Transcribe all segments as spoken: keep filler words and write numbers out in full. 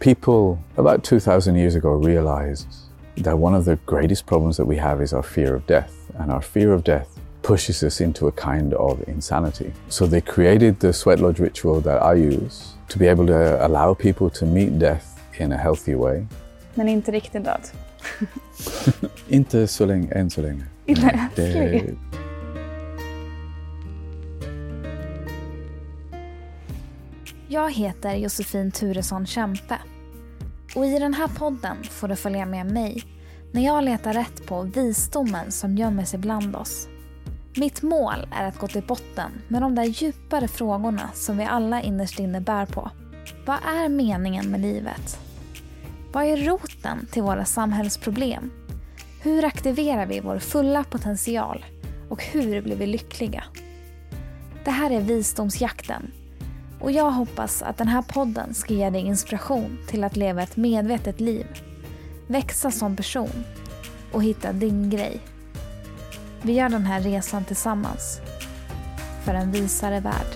People about two thousand years ago realized that one of the greatest problems that we have is our fear of death, and our fear of death pushes us into a kind of insanity. So they created the sweat lodge ritual that I use to be able to allow people to meet death in a healthy way. Men inte riktigt död. Inte så länge, än så länge. Inte det... Jag heter Josefin Turesson Kämpe. Och i den här podden får du följa med mig när jag letar rätt på visdomen som gömmer sig bland oss. Mitt mål är att gå till botten med de där djupare frågorna som vi alla innerst inne bär på. Vad är meningen med livet? Vad är roten till våra samhällsproblem? Hur aktiverar vi vår fulla potential? Och hur blir vi lyckliga? Det här är Visdomsjakten. Och jag hoppas att den här podden ska ge dig inspiration till att leva ett medvetet liv. Växa som person. Och hitta din grej. Vi gör den här resan tillsammans. För en visare värld.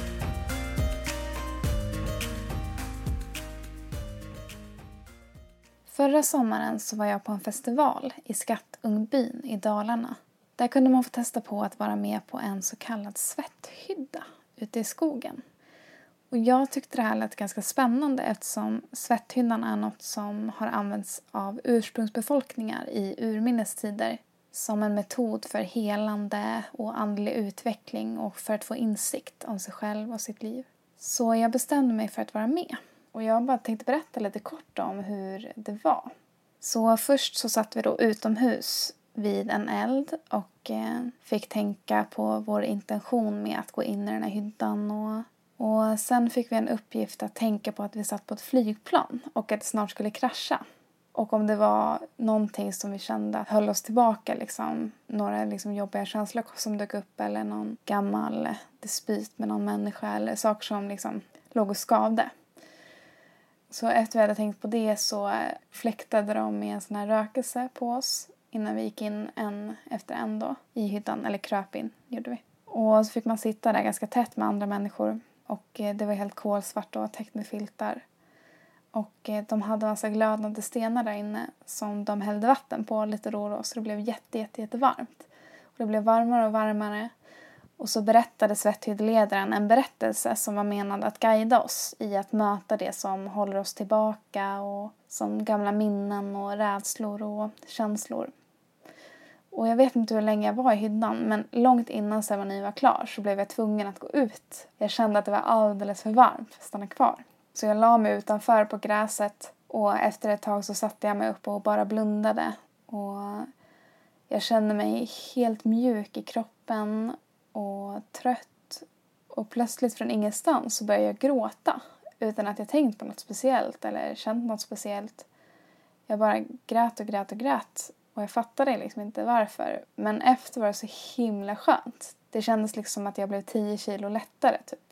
Förra sommaren så var jag på en festival i Skattungbyn i Dalarna. Där kunde man få testa på att vara med på en så kallad svetthydda ute i skogen. Och jag tyckte det här lät ganska spännande eftersom svetthyddan är något som har använts av ursprungsbefolkningar i urminnes tider som en metod för helande och andlig utveckling och för att få insikt om sig själv och sitt liv. Så jag bestämde mig för att vara med. Och jag bara tänkte berätta lite kort om hur det var. Så först så satt vi då utomhus vid en eld och eh, fick tänka på vår intention med att gå in i den här hyddan. Och, och sen fick vi en uppgift att tänka på att vi satt på ett flygplan och att det snart skulle krascha. Och om det var någonting som vi kände höll oss tillbaka, liksom, några liksom jobbiga känslor som dök upp eller någon gammal dispyt med någon människa eller saker som liksom låg och skavde. Så efter vi hade tänkt på det så fläktade de med en sån här rökelse på oss innan vi gick in en efter en då i hyddan, eller kröp in gjorde vi. Och så fick man sitta där ganska tätt med andra människor och det var helt kolsvart och täckt med filtar. Och de hade en massa glödande stenar där inne som de hällde vatten på lite då och då, så det blev jätte, jätte, jätte varmt. Och det blev varmare och varmare. Och så berättade svetthyddledaren en berättelse som var menad att guida oss i att möta det som håller oss tillbaka och som gamla minnen och rädslor och känslor. Och jag vet inte hur länge jag var i hyddan, men långt innan ceremonin var klar så blev jag tvungen att gå ut. Jag kände att det var alldeles för varmt för att stanna kvar. Så jag la mig utanför på gräset och efter ett tag så satte jag mig upp och bara blundade. Och jag kände mig helt mjuk i kroppen och trött. Och plötsligt från ingenstans så började jag gråta utan att jag tänkt på något speciellt eller känt något speciellt. Jag bara grät och grät och grät och jag fattade liksom inte varför. Men efter var det så himla skönt. Det kändes liksom att jag blev tio kilo lättare typ.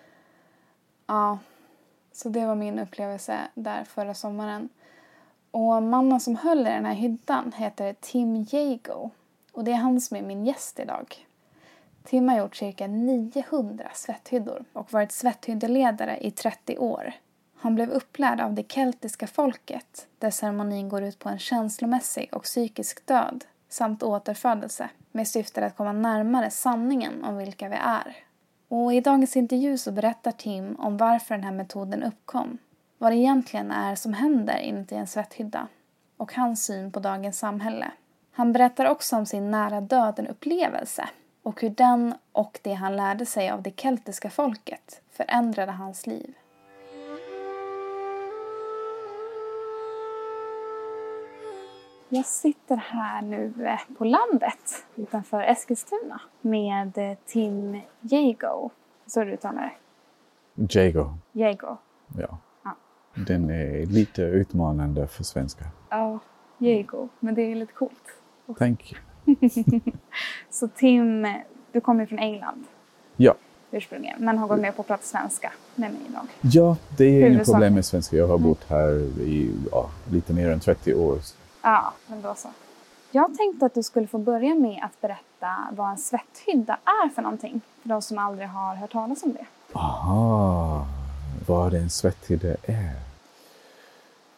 Ja. Så det var min upplevelse där förra sommaren. Och mannen som höll i den här hyddan heter Tim Jago. Och det är han som är min gäst idag. Tim har gjort cirka niohundra svetthyddor och varit svetthyddeledare i trettio år. Han blev upplärd av det keltiska folket där ceremonin går ut på en känslomässig och psykisk död samt återfödelse med syfte att komma närmare sanningen om vilka vi är. Och i dagens intervju så berättar Tim om varför den här metoden uppkom. Vad det egentligen är som händer inuti en svetthydda. Och hans syn på dagens samhälle. Han berättar också om sin nära döden-upplevelse. Och hur den och det han lärde sig av det keltiska folket förändrade hans liv. Jag sitter här nu på landet utanför Eskilstuna med Tim Jago. Så du uttalar det? Jago. Jago. Ja. ja. Den är lite utmanande för svenska. Ja, Jago. Men det är lite coolt. Thank you. Så Tim, du kommer från England. Ja. Ursprungligen, men har gått med på att prata svenska med mig idag. Ja, det är inget problem med svenska. Jag har bott här i ja, lite mer än trettio år. Ja, men då så. Jag tänkte att du skulle få börja med att berätta vad en svetthydda är för någonting. För de som aldrig har hört talas om det. Aha, vad en svetthydda är.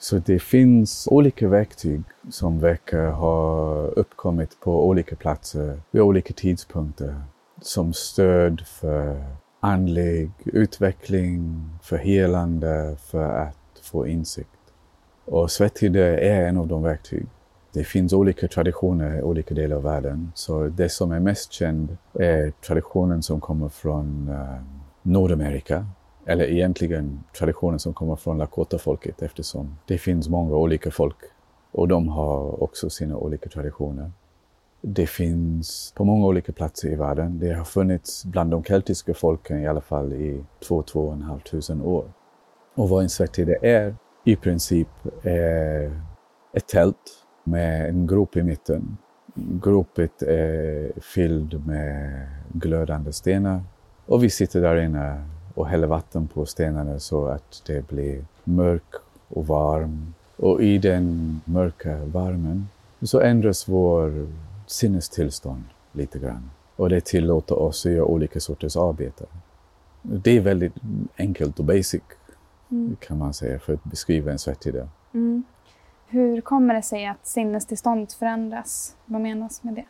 Så det finns olika verktyg som verkar ha uppkommit på olika platser vid olika tidpunkter som stöd för andlig utveckling, för helande, för att få insikt. Och svetthydda är en av de verktyg. Det finns olika traditioner i olika delar av världen. Så det som är mest känd är traditionen som kommer från eh, Nordamerika. Eller egentligen traditionen som kommer från Lakota-folket, eftersom det finns många olika folk. Och de har också sina olika traditioner. Det finns på många olika platser i världen. Det har funnits bland de keltiska folken i alla fall i två, två och en halv tusen år. Och vad en svetthydda är i princip är ett tält med en grop i mitten. Gropet är fylld med glödande stenar. Och vi sitter där inne och häller vatten på stenarna så att det blir mörk och varm. Och i den mörka värmen så ändras vår sinnestillstånd lite grann. Och det tillåter oss att göra olika sorters arbete. Det är väldigt enkelt och basic mm. kan man säga för att beskriva en svetthydda. Mm. Hur kommer det sig att sinnestillståndet förändras? Vad menas med det?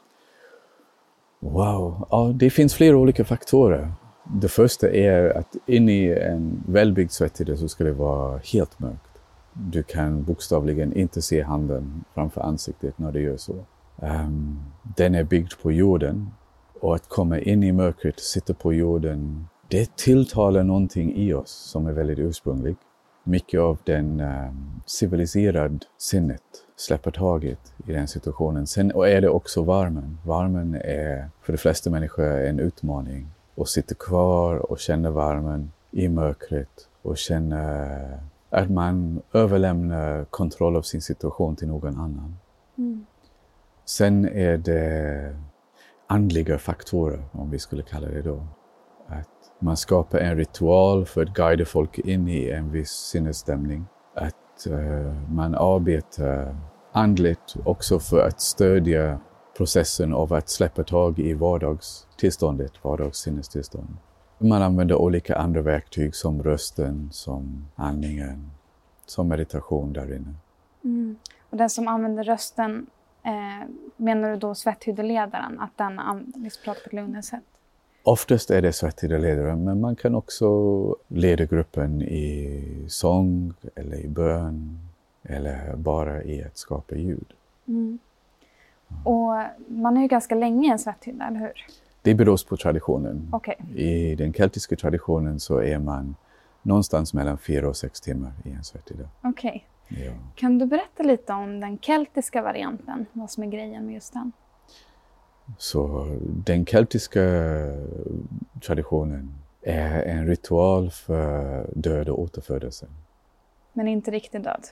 Wow, ja, det finns flera olika faktorer. Det första är att inne i en välbyggd svetthydda så ska det vara helt mörkt. Du kan bokstavligen inte se handen framför ansiktet när du gör så. Um, den är byggd på jorden och att komma in i mörkret, sitta på jorden, det tilltalar någonting i oss som är väldigt ursprungligt. Mycket av den um, civiliserad sinnet släpper taget i den situationen. Sen och är det också värmen. Värmen är för de flesta människor en utmaning. Och sitta kvar och känna värmen i mörkret och känna att man överlämnar kontroll av sin situation till någon annan. Mm. Sen är det andliga faktorer, om vi skulle kalla det då. Att man skapar en ritual för att guida folk in i en viss sinnesstämning. Att uh, man arbetar andligt också för att stödja processen av att släppa tag i vardagstillståndet, vardagssinnestillstånd. Man använder olika andra verktyg som rösten, som andningen, som meditation där inne. Mm. Och den som använder rösten, eh, menar du då svetthyddeledaren, att den an- pratar på ett lugnare sätt? Oftast är det svetthyddeledaren, men man kan också leda gruppen i sång eller i bön eller bara i att skapa ljud. Mm. Och man är ju ganska länge i en svetthydda, eller hur? Det beror på traditionen. Okay. I den keltiska traditionen så är man någonstans mellan fyra och sex timmar i en svetthydda. Okej. Okay. Ja. Kan du berätta lite om den keltiska varianten? Vad som är grejen med just den? Så den keltiska traditionen är en ritual för död och återfödelse. Men inte riktigt död?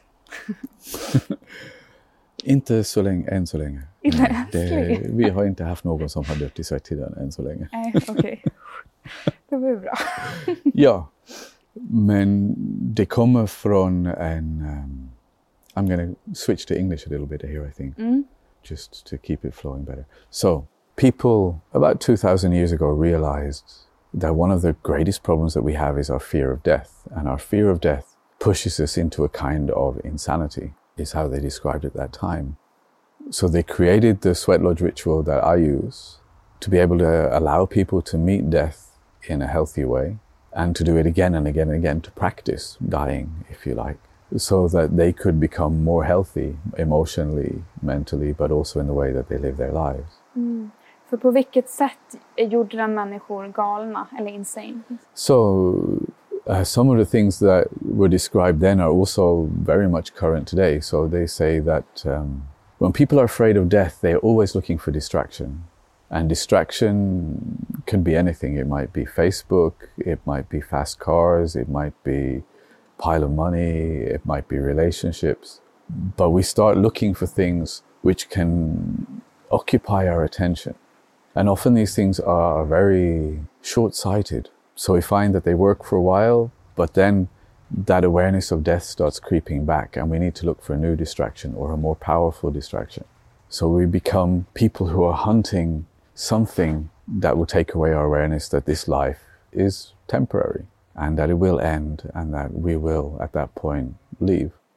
Inte så länge, än så länge. Inte det, vi har inte haft någon som har dött i svetthyddan än så länge. Nej, okej. Okay. Det var ju bra. Ja, men det kommer från en... Um, I'm going to switch to English a little bit here, I think. Mm. Just to keep it flowing better. So, people about two thousand years ago realized that one of the greatest problems that we have is our fear of death. And our fear of death pushes us into a kind of insanity, is how they described it at that time. So they created the sweat lodge ritual that I use to be able to allow people to meet death in a healthy way and to do it again and again and again, to practice dying, if you like, so that they could become more healthy emotionally, mentally, but also in the way that they live their lives. Mm. För på vilket sätt gjorde den människor galna eller insane? So uh, some of the things that were described then are also very much current today. So they say that um, when people are afraid of death, they're always looking for distraction. And distraction can be anything. It might be Facebook, it might be fast cars, it might be pile of money, it might be relationships. But we start looking for things which can occupy our attention. And often these things are very short-sighted. So we find that they work for a while, but then that awareness of death starts creeping back and we need to look for a new distraction or a more powerful distraction. So we become people who are hunting something that will take away our awareness that this life is temporary and that it will end and that we will at that point leave.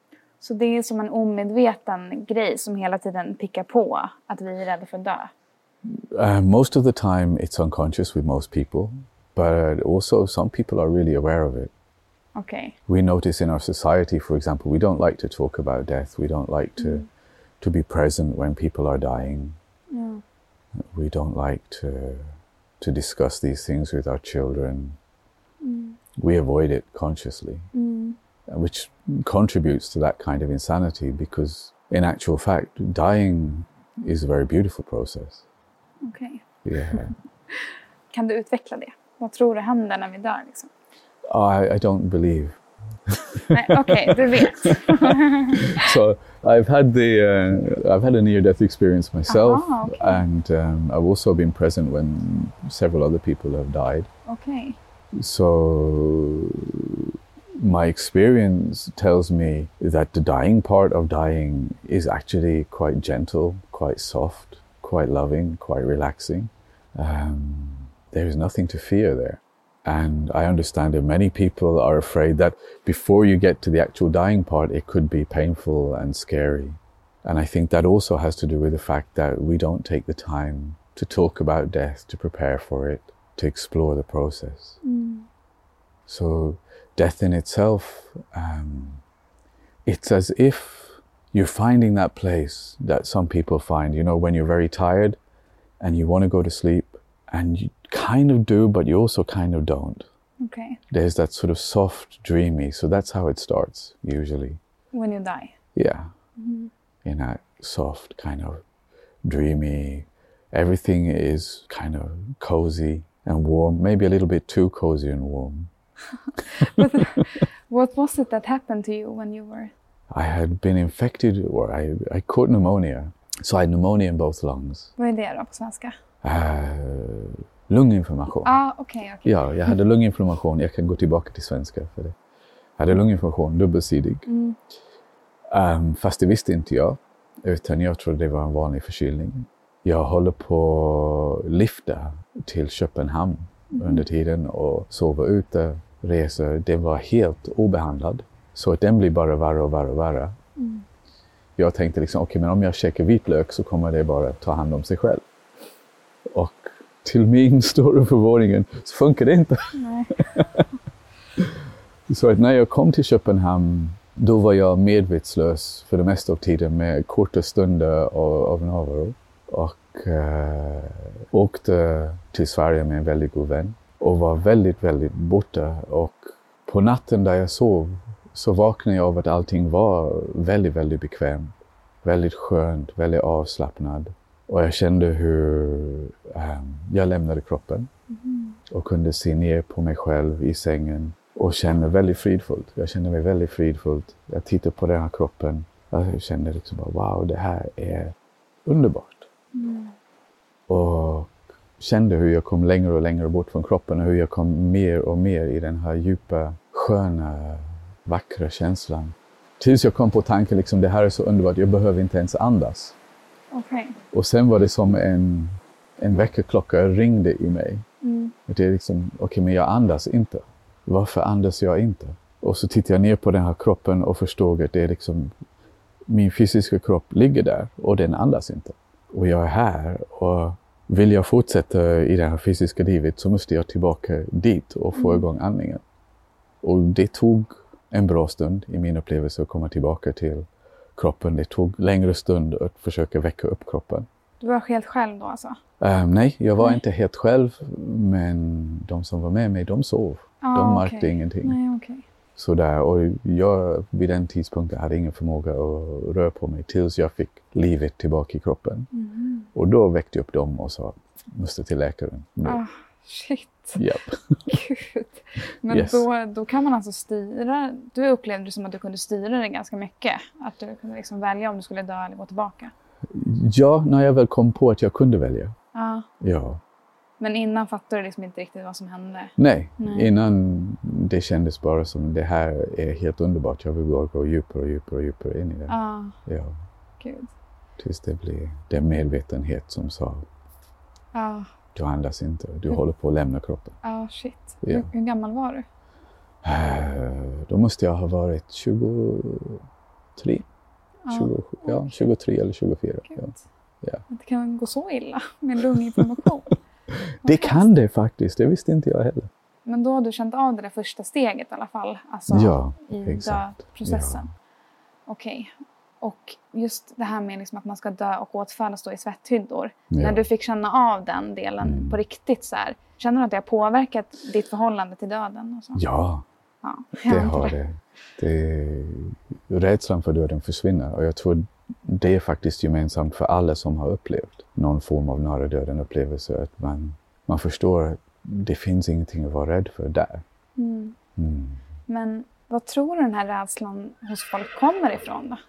Så det är som en omedveten grej som hela tiden pickar på att vi är rädda för att dö? Uh, most of the time it's unconscious with most people, but also some people are really aware of it. Okay. We notice in our society, for example, we don't like to talk about death. We don't like to mm. to be present when people are dying. Yeah. We don't like to to discuss these things with our children. Mm. We avoid it consciously, mm. which contributes to that kind of insanity, because in actual fact, dying is a very beautiful process. Okej. Okay. Yeah. Kan du utveckla det? Vad tror du händer när vi dör liksom? I, I don't believe. Okej, okay, du vet. So I've had the uh, I've had a near-death experience myself. Aha, okay. And um, I've also been present when several other people have died. Okay. So my experience tells me that the dying part of dying is actually quite gentle, quite soft, quite loving, quite relaxing. Um, there is nothing to fear there. And I understand that many people are afraid that before you get to the actual dying part, it could be painful and scary. And I think that also has to do with the fact that we don't take the time to talk about death, to prepare for it, to explore the process. Mm. So death in itself, um, it's as if you're finding that place that some people find, you know, when you're very tired and you want to go to sleep, and you kind of do, but you also kind of don't. Okay. There's that sort of soft, dreamy, so that's how it starts, usually. When you die? Yeah. Mm-hmm. In that soft, kind of dreamy, everything is kind of cozy and warm, maybe a little bit too cozy and warm. But what was it that happened to you when you were? I had been infected, or I, I caught pneumonia. So I had pneumonia in both lungs. Vad är det då på svenska? Uh, lunginflammation. Ah, okej. Okay, okay. Ja, jag hade lunginflammation. Jag kan gå tillbaka till svenska för det. Jag hade lunginflammation, dubbelsidig. Mm. Um, fast det visste inte jag. Utan jag trodde det var en vanlig förkylning. Jag håller på att lyfta till Köpenhamn mm. under tiden och sova ute, resor. Det var helt obehandlad. Så att den blir bara värre och värre och värre. Mm. Jag tänkte liksom, okej, okay, men om jag käkar vitlök så kommer det bara ta hand om sig själv. Och till min stora förvåning så funkar det inte. Nej. Så att när jag kom till Köpenhamn, då var jag medvetslös för det mesta av tiden med korta stunder av, av närvaro. Och eh, åkte till Sverige med en väldigt god vän. Och var väldigt, väldigt borta. Och på natten där jag sov så vaknade jag av att allting var väldigt, väldigt bekvämt. Väldigt skönt, väldigt avslappnad. Och jag kände hur um, jag lämnade kroppen. Mm. Och kunde se ner på mig själv i sängen. Och kände väldigt fridfullt. Jag kände mig väldigt fridfullt. Jag tittade på den här kroppen. Jag kände liksom bara, wow, det här är underbart. Mm. Och kände hur jag kom längre och längre bort från kroppen. Och hur jag kom mer och mer i den här djupa, sköna, vackra känslan. Tills jag kom på tanken, liksom, det här är så underbart, jag behöver inte ens andas. Okay. Och sen var det som en, en väckarklocka ringde i mig. Mm. Det är liksom, okej, okay, men jag andas inte. Varför andas jag inte? Och så tittade jag ner på den här kroppen och förstod att det är liksom, min fysiska kropp ligger där och den andas inte. Och jag är här, och vill jag fortsätta i det här fysiska livet så måste jag tillbaka dit och få mm. igång andningen. Och det tog en bra stund i min upplevelse att komma tillbaka till kroppen. Det tog längre stund att försöka väcka upp kroppen. Du var helt själv då alltså? Um, nej, jag var nej. inte helt själv, men de som var med mig, de sov. Ah, de märkte okay. ingenting. Nej, okay. Sådär, och jag vid den tidpunkten hade ingen förmåga att röra på mig tills jag fick livet tillbaka i kroppen. Mm. Och då väckte jag upp dem och sa, måste till läkaren. Ah, shit. Yep. Gud. Men yes. då, då kan man alltså styra, du upplevde det som att du kunde styra det ganska mycket. Att du kunde liksom välja om du skulle dö eller gå tillbaka. Ja, när jag väl kom på att jag kunde välja. Ah. Ja. Men innan fattade du liksom inte riktigt vad som hände? Nej, Nej. Innan det kändes bara som det här är helt underbart. Jag vill bara gå djupare och djupare och djupare in i det. Ah. Ja. Gud. Tills det blev den medvetenhet som sa, ah. du andas inte, du mm. håller på att lämna kroppen. Ja, ah, shit. Ja. Hur, hur gammal var du? Uh, då måste jag ha varit tjugo, tjugotre. Ja. tjugo, ja, tjugotre eller tjugofyra. Ja. Ja. Det kan gå så illa med lunginflammation. Det kan det faktiskt, det visste inte jag heller. Men då har du känt av det där första steget i alla fall, alltså ja, i exakt. dödprocessen. Ja. Okej. Och just det här med liksom att man ska dö och åtfärdas då i svetthyddor. Ja. När du fick känna av den delen Mm. på riktigt så här, känner du att det har påverkat ditt förhållande till döden? Och så? Ja, Ja, det har det. det. Rädslan för döden försvinner och jag tror det är faktiskt gemensamt för alla som har upplevt någon form av nära döden upplevelse. Att man, man förstår att det finns ingenting att vara rädd för där. Mm. Mm. Men vad tror du den här rädslan hos folk kommer ifrån då?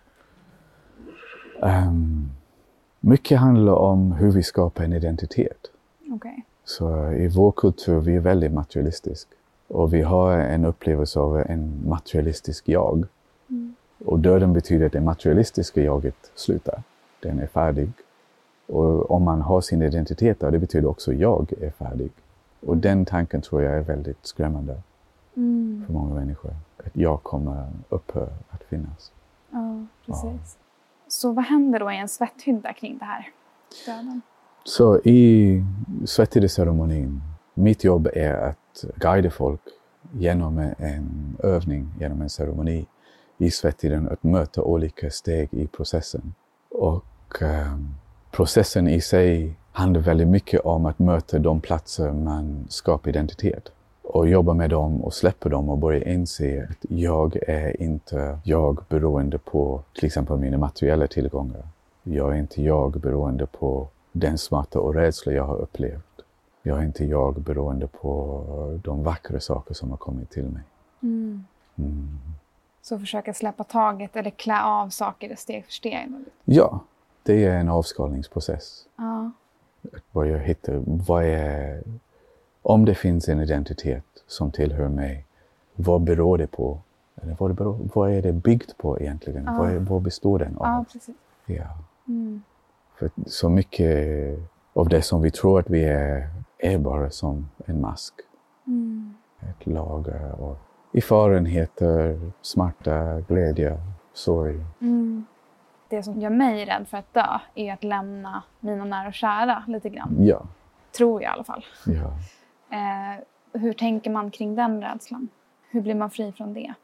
Um, mycket handlar om hur vi skapar en identitet. Okay. Så i vår kultur vi är väldigt materialistisk. Och vi har en upplevelse av en materialistisk jag. Mm. Och döden betyder att det materialistiska jaget slutar. Den är färdig. Och om man har sin identitet där, det betyder också att jag är färdig. Och den tanken tror jag är väldigt skrämmande mm. för många människor. Att jag kommer upphöra att finnas. Ja, precis. Ja. Så vad händer då i en svetthydda kring det här? Döden? Så i svetthydda-ceremonin, mitt jobb är att guida folk genom en övning, genom en ceremoni i svetthyddan, att möta olika steg i processen. Och eh, processen i sig handlar väldigt mycket om att möta de platser man skapar identitet. Och jobba med dem och släppa dem och börja inse att jag är inte jag beroende på till exempel mina materiella tillgångar. Jag är inte jag beroende på den smärta och rädsla jag har upplevt. Jag är inte jag beroende på de vackra saker som har kommit till mig. Mm. Mm. Så försöka släppa taget eller klä av saker steg för steg? Ja, det är en avskalningsprocess. Ja. Att börja hitta vad är... Om det finns en identitet som tillhör mig, vad beror det på? Eller vad, det beror, vad är det byggt på egentligen? Ja. Vad, är, vad består den av? Ja, precis. Ja. Mm. För så mycket av det som vi tror att vi är, är bara som en mask. Mm. Ett lager av erfarenheter, smärta, glädje, sorg. Mm. Det som gör mig rädd för att dö är att lämna mina nära och kära lite grann. Ja. Tror jag i alla fall. Ja. Eh, hur tänker man kring den rädslan? Hur blir man fri från det?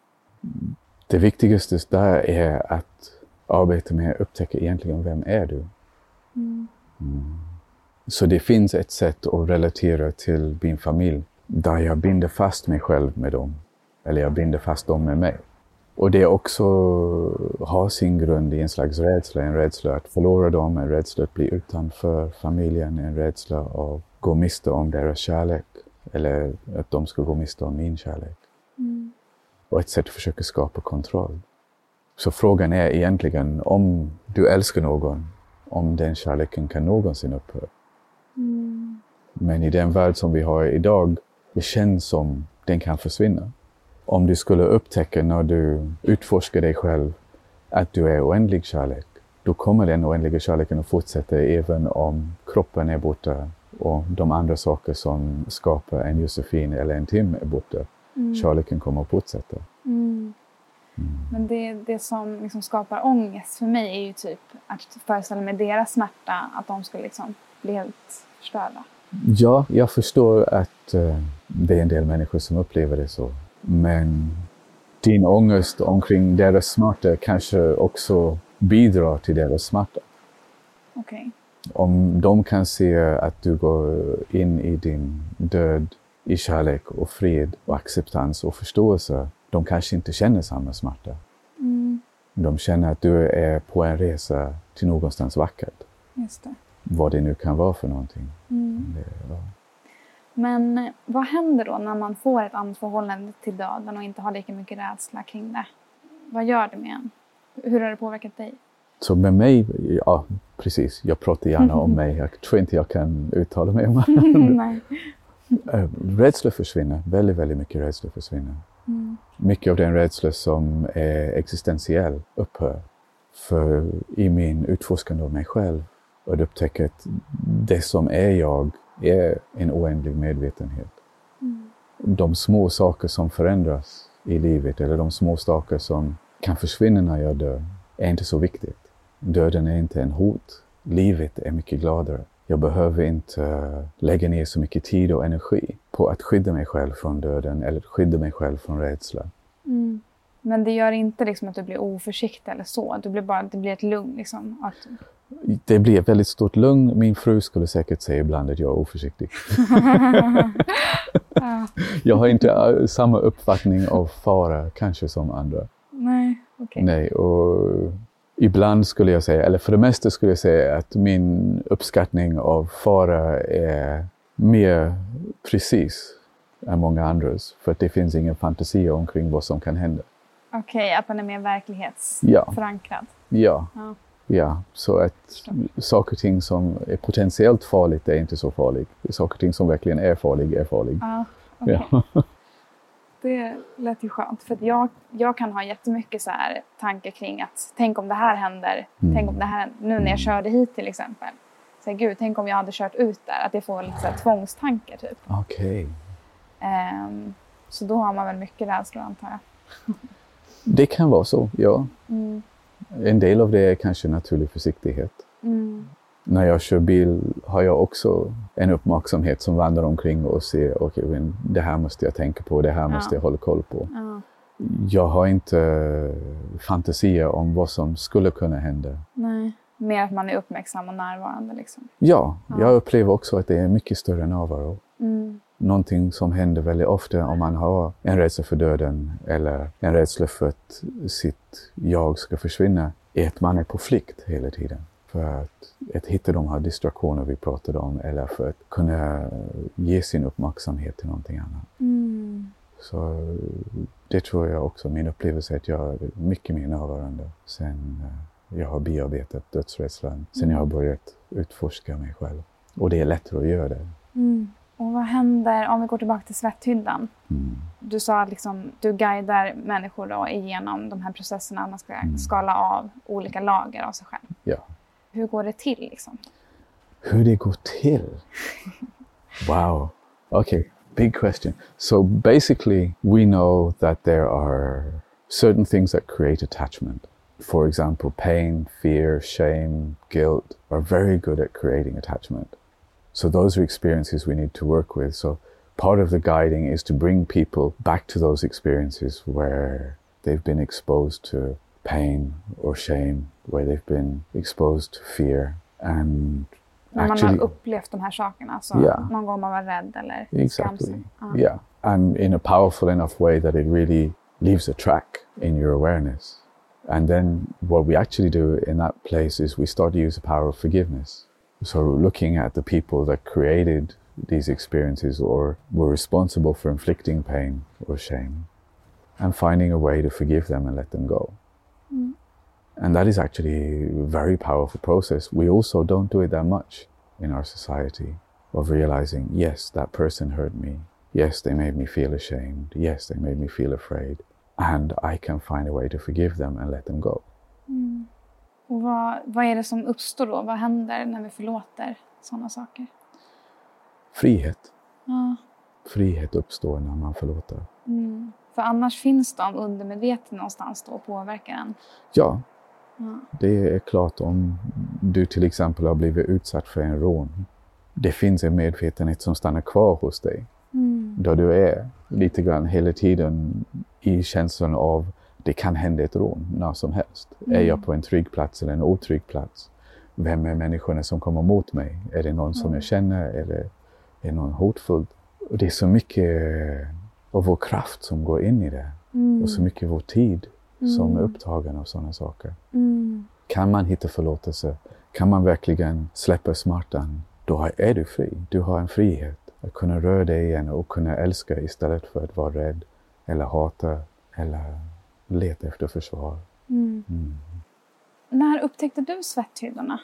Det viktigaste där är att arbeta med att upptäcka egentligen vem är du. Mm. Mm. Så det finns ett sätt att relatera till min familj där jag binder fast mig själv med dem. Eller jag binder fast dem med mig. Och det också har sin grund i en slags rädsla. En rädsla att förlora dem, en rädsla att bli utanför familjen, en rädsla att gå miste om deras kärlek. Eller att de ska gå miste om min kärlek. Mm. Och ett sätt att försöka skapa kontroll. Så frågan är egentligen om du älskar någon, om den kärleken kan någonsin upphöra. Mm. Men i den värld som vi har idag, det känns som den kan försvinna. Om du skulle upptäcka när du utforskar dig själv att du är oändlig kärlek, då kommer den oändliga kärleken att fortsätta även om kroppen är borta och de andra saker som skapar en Josefin eller en Tim är borta. Mm. Kärleken kommer att fortsätta. Mm. Mm. Men det, det som liksom skapar ångest för mig är ju typ att föreställa mig deras smärta, att de skulle liksom bli helt förstörda. Ja, jag förstår att uh, det är en del människor som upplever det så. Men din ångest omkring deras smärta kanske också bidrar till deras smärta. Okej. Okay. Om de kan se att du går in i din död i kärlek och fred och acceptans och förståelse, de kanske inte känner samma smärta. Mm. De känner att du är på en resa till någonstans vackert. Just det. Vad det nu kan vara för någonting. Mm. Det, ja. Men vad händer då när man får ett annat förhållande till döden och inte har lika mycket rädsla kring det? Vad gör det med en? Hur har det påverkat dig? Så med mig, ja precis, jag pratar gärna om mig. Jag tror inte jag kan uttala mig om Nej. Rädsla försvinner, väldigt, väldigt mycket rädsla försvinner. Mm. Mycket av den rädsla som är existentiell upphör. För i min utforskande av mig själv och upptäcka att det som är jag är en oändlig medvetenhet. Mm. De små saker som förändras i livet eller de små saker som kan försvinna när jag dör är inte så viktigt. Döden är inte en hot. Livet är mycket gladare. Jag behöver inte lägga ner så mycket tid och energi på att skydda mig själv från döden eller skydda mig själv från rädsla. Mm. Men det gör inte liksom att du blir oförsiktig eller så? Du blir bara, det blir ett lugn liksom? Att... Det blir ett väldigt stort lugn. Min fru skulle säkert säga ibland att jag är oförsiktig. Ja. Jag har inte samma uppfattning av fara kanske som andra. Nej, okej. Okay. Nej, och ibland skulle jag säga, eller för det mesta skulle jag säga att min uppskattning av fara är mer precis än många andras. För att det finns ingen fantasi omkring vad som kan hända. Okej, okay, att man är mer verklighetsförankrad. Ja. Ja. Ja. Ja, så att saker och ting som är potentiellt farligt är inte så farligt. Saker och ting som verkligen är farligt är farligt. Ja, okej. Ja. Det lät ju skönt. För att jag, jag kan ha jättemycket så här tankar kring att tänk om det här händer. Mm. Tänk om det här händer. Nu när jag körde hit till exempel. Så här, gud, tänk om jag hade kört ut där. Att det får lite så här tvångstankar typ. Okej. Okay. Um, så då har man väl mycket rädsla antar jag. Det kan vara så, ja. Mm. En del av det är kanske naturlig försiktighet. Mm. När jag kör bil har jag också en uppmärksamhet som vandrar omkring och ser okej, okay, det här måste jag tänka på, det här måste ja. jag hålla koll på. Ja. Jag har inte fantasier om vad som skulle kunna hända. Nej, mer att man är uppmärksam och närvarande liksom. Ja, ja. jag upplever också att det är mycket större närvaro. Mm. Någonting som händer väldigt ofta om man har en rädsla för döden eller en rädsla för att sitt jag ska försvinna är att man är på flykt hela tiden. För att, att hitta de här distraktioner vi pratade om eller för att kunna ge sin uppmärksamhet till någonting annat. Mm. Så det tror jag också, min upplevelse är att jag är mycket mer närvarande sen jag har bearbetat dödsrädslan, sen mm. jag har börjat utforska mig själv. Och det är lättare att göra det. Mm. Och vad händer om vi går tillbaka till svetthyddan? Mm. Du sa att liksom, du guidar människor då igenom de här processerna. Man ska mm. skala av olika lager av sig själv. Ja. Hur går det till liksom? Hur det går till? Wow. Okay, big question. So basically we know that there are certain things that create attachment. For example, pain, fear, shame, guilt are very good at creating attachment. So those are experiences we need to work with. So part of the guiding is to bring people back to those experiences where they've been exposed to pain or shame, where they've been exposed to fear. And när actually, man har upplevt de här sakerna, så yeah, någon gång man var rädd eller exactly, skamsen. Uh. Yeah, and in a powerful enough way that it really leaves a track in your awareness. And then what we actually do in that place is we start to use the power of forgiveness. So looking at the people that created these experiences or were responsible for inflicting pain or shame and finding a way to forgive them and let them go. Mm. And that is actually a very powerful process. We also don't do it that much in our society of realizing, yes, that person hurt me. Yes, they made me feel ashamed. Yes, they made me feel afraid. And I can find a way to forgive them and let them go. Mm. Och vad, vad är det som uppstår då? Vad händer när vi förlåter sådana saker? Frihet. Ja. Frihet uppstår när man förlåter. Mm. För annars finns de undermedveten någonstans då och påverkar en. Ja. ja, det är klart om du till exempel har blivit utsatt för en rån. Det finns en medvetenhet som stannar kvar hos dig. Mm. Då du är lite grann hela tiden i känslan av det kan hända ett rån när som helst. Mm. Är jag på en trygg plats eller en otrygg plats? Vem är människorna som kommer mot mig? Är det någon mm. som jag känner eller är det någon hotfull? Och det är så mycket av vår kraft som går in i det. Mm. Och så mycket vår tid mm. som är upptagen av sådana saker. Mm. Kan man hitta förlåtelse? Kan man verkligen släppa smärtan? Då är du fri. Du har en frihet att kunna röra dig igen och kunna älska istället för att vara rädd eller hata eller leta efter försvar. Mm. Mm. När upptäckte du svetthyddorna?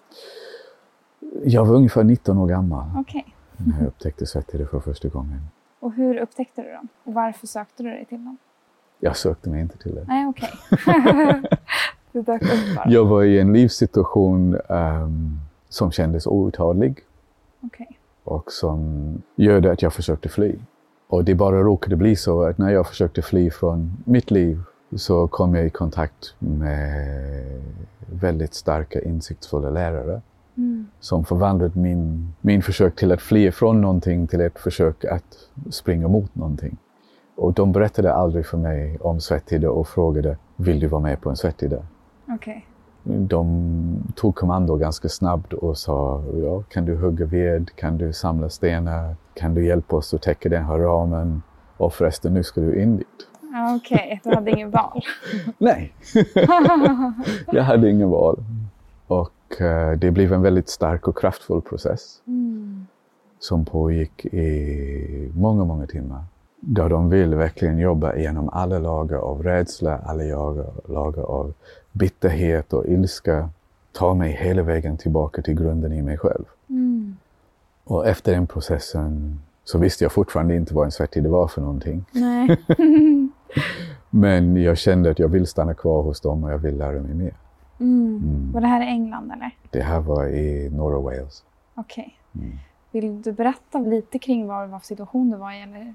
Jag var ungefär nitton år gammal. Okej. Okay. När jag upptäckte svetthyddor för första gången. Och hur upptäckte du dem? Och varför sökte du dig till dem? Jag sökte mig inte till det. Nej, okej. Okay. Du dök upp bara. Jag var i en livssituation um, som kändes outhållig. Okej. Okay. Och som gjorde att jag försökte fly. Och det bara råkade bli så att när jag försökte fly från mitt liv så kom jag i kontakt med väldigt starka, insiktsfulla lärare. Mm. Som förvandlade min, min försök till att fly från någonting till ett försök att springa mot någonting. Och de berättade aldrig för mig om svetthydda och frågade, vill du vara med på en svetthydda? Okay. De tog kommando ganska snabbt och sa, ja, kan du hugga ved, kan du samla stenar, kan du hjälpa oss att täcka den här ramen? Och förresten, nu ska du in dit. Okej, okay, du hade ingen val. Nej, jag hade ingen val. Och uh, det blev en väldigt stark och kraftfull process. Mm. Som pågick i många, många timmar. Där de vill verkligen jobba igenom alla lager av rädsla, alla lager, lager av bitterhet och ilska. Ta mig hela vägen tillbaka till grunden i mig själv. Mm. Och efter den processen så visste jag fortfarande inte vad en svetthydda var för någonting. Nej. Men jag kände att jag vill stanna kvar hos dem och jag vill lära mig mer. Mm. Mm. Var det här i England eller? Det här var i norra Wales. Okej. Okay. Mm. Vill du berätta lite kring vad, vad situation du var i? Eller?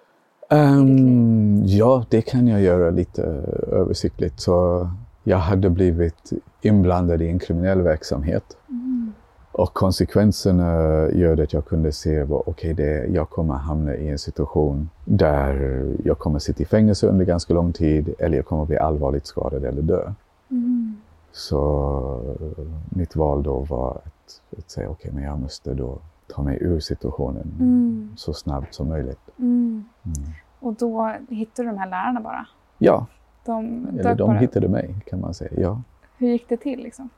Um, ja, det kan jag göra lite översiktligt. Så jag hade blivit inblandad i en kriminell verksamhet. Mm. Och konsekvenserna gör att jag kunde se att okej, okay, jag kommer hamna i en situation där jag kommer sitta i fängelse under ganska lång tid eller jag kommer bli allvarligt skadad eller dö. Mm. Så mitt val då var att, att säga okej, okay, men jag måste då ta mig ur situationen mm. så snabbt som möjligt. Mm. Mm. Och då hittade du de här lärarna bara? Ja, de, eller de bara hittade mig kan man säga, ja. Hur gick det till liksom?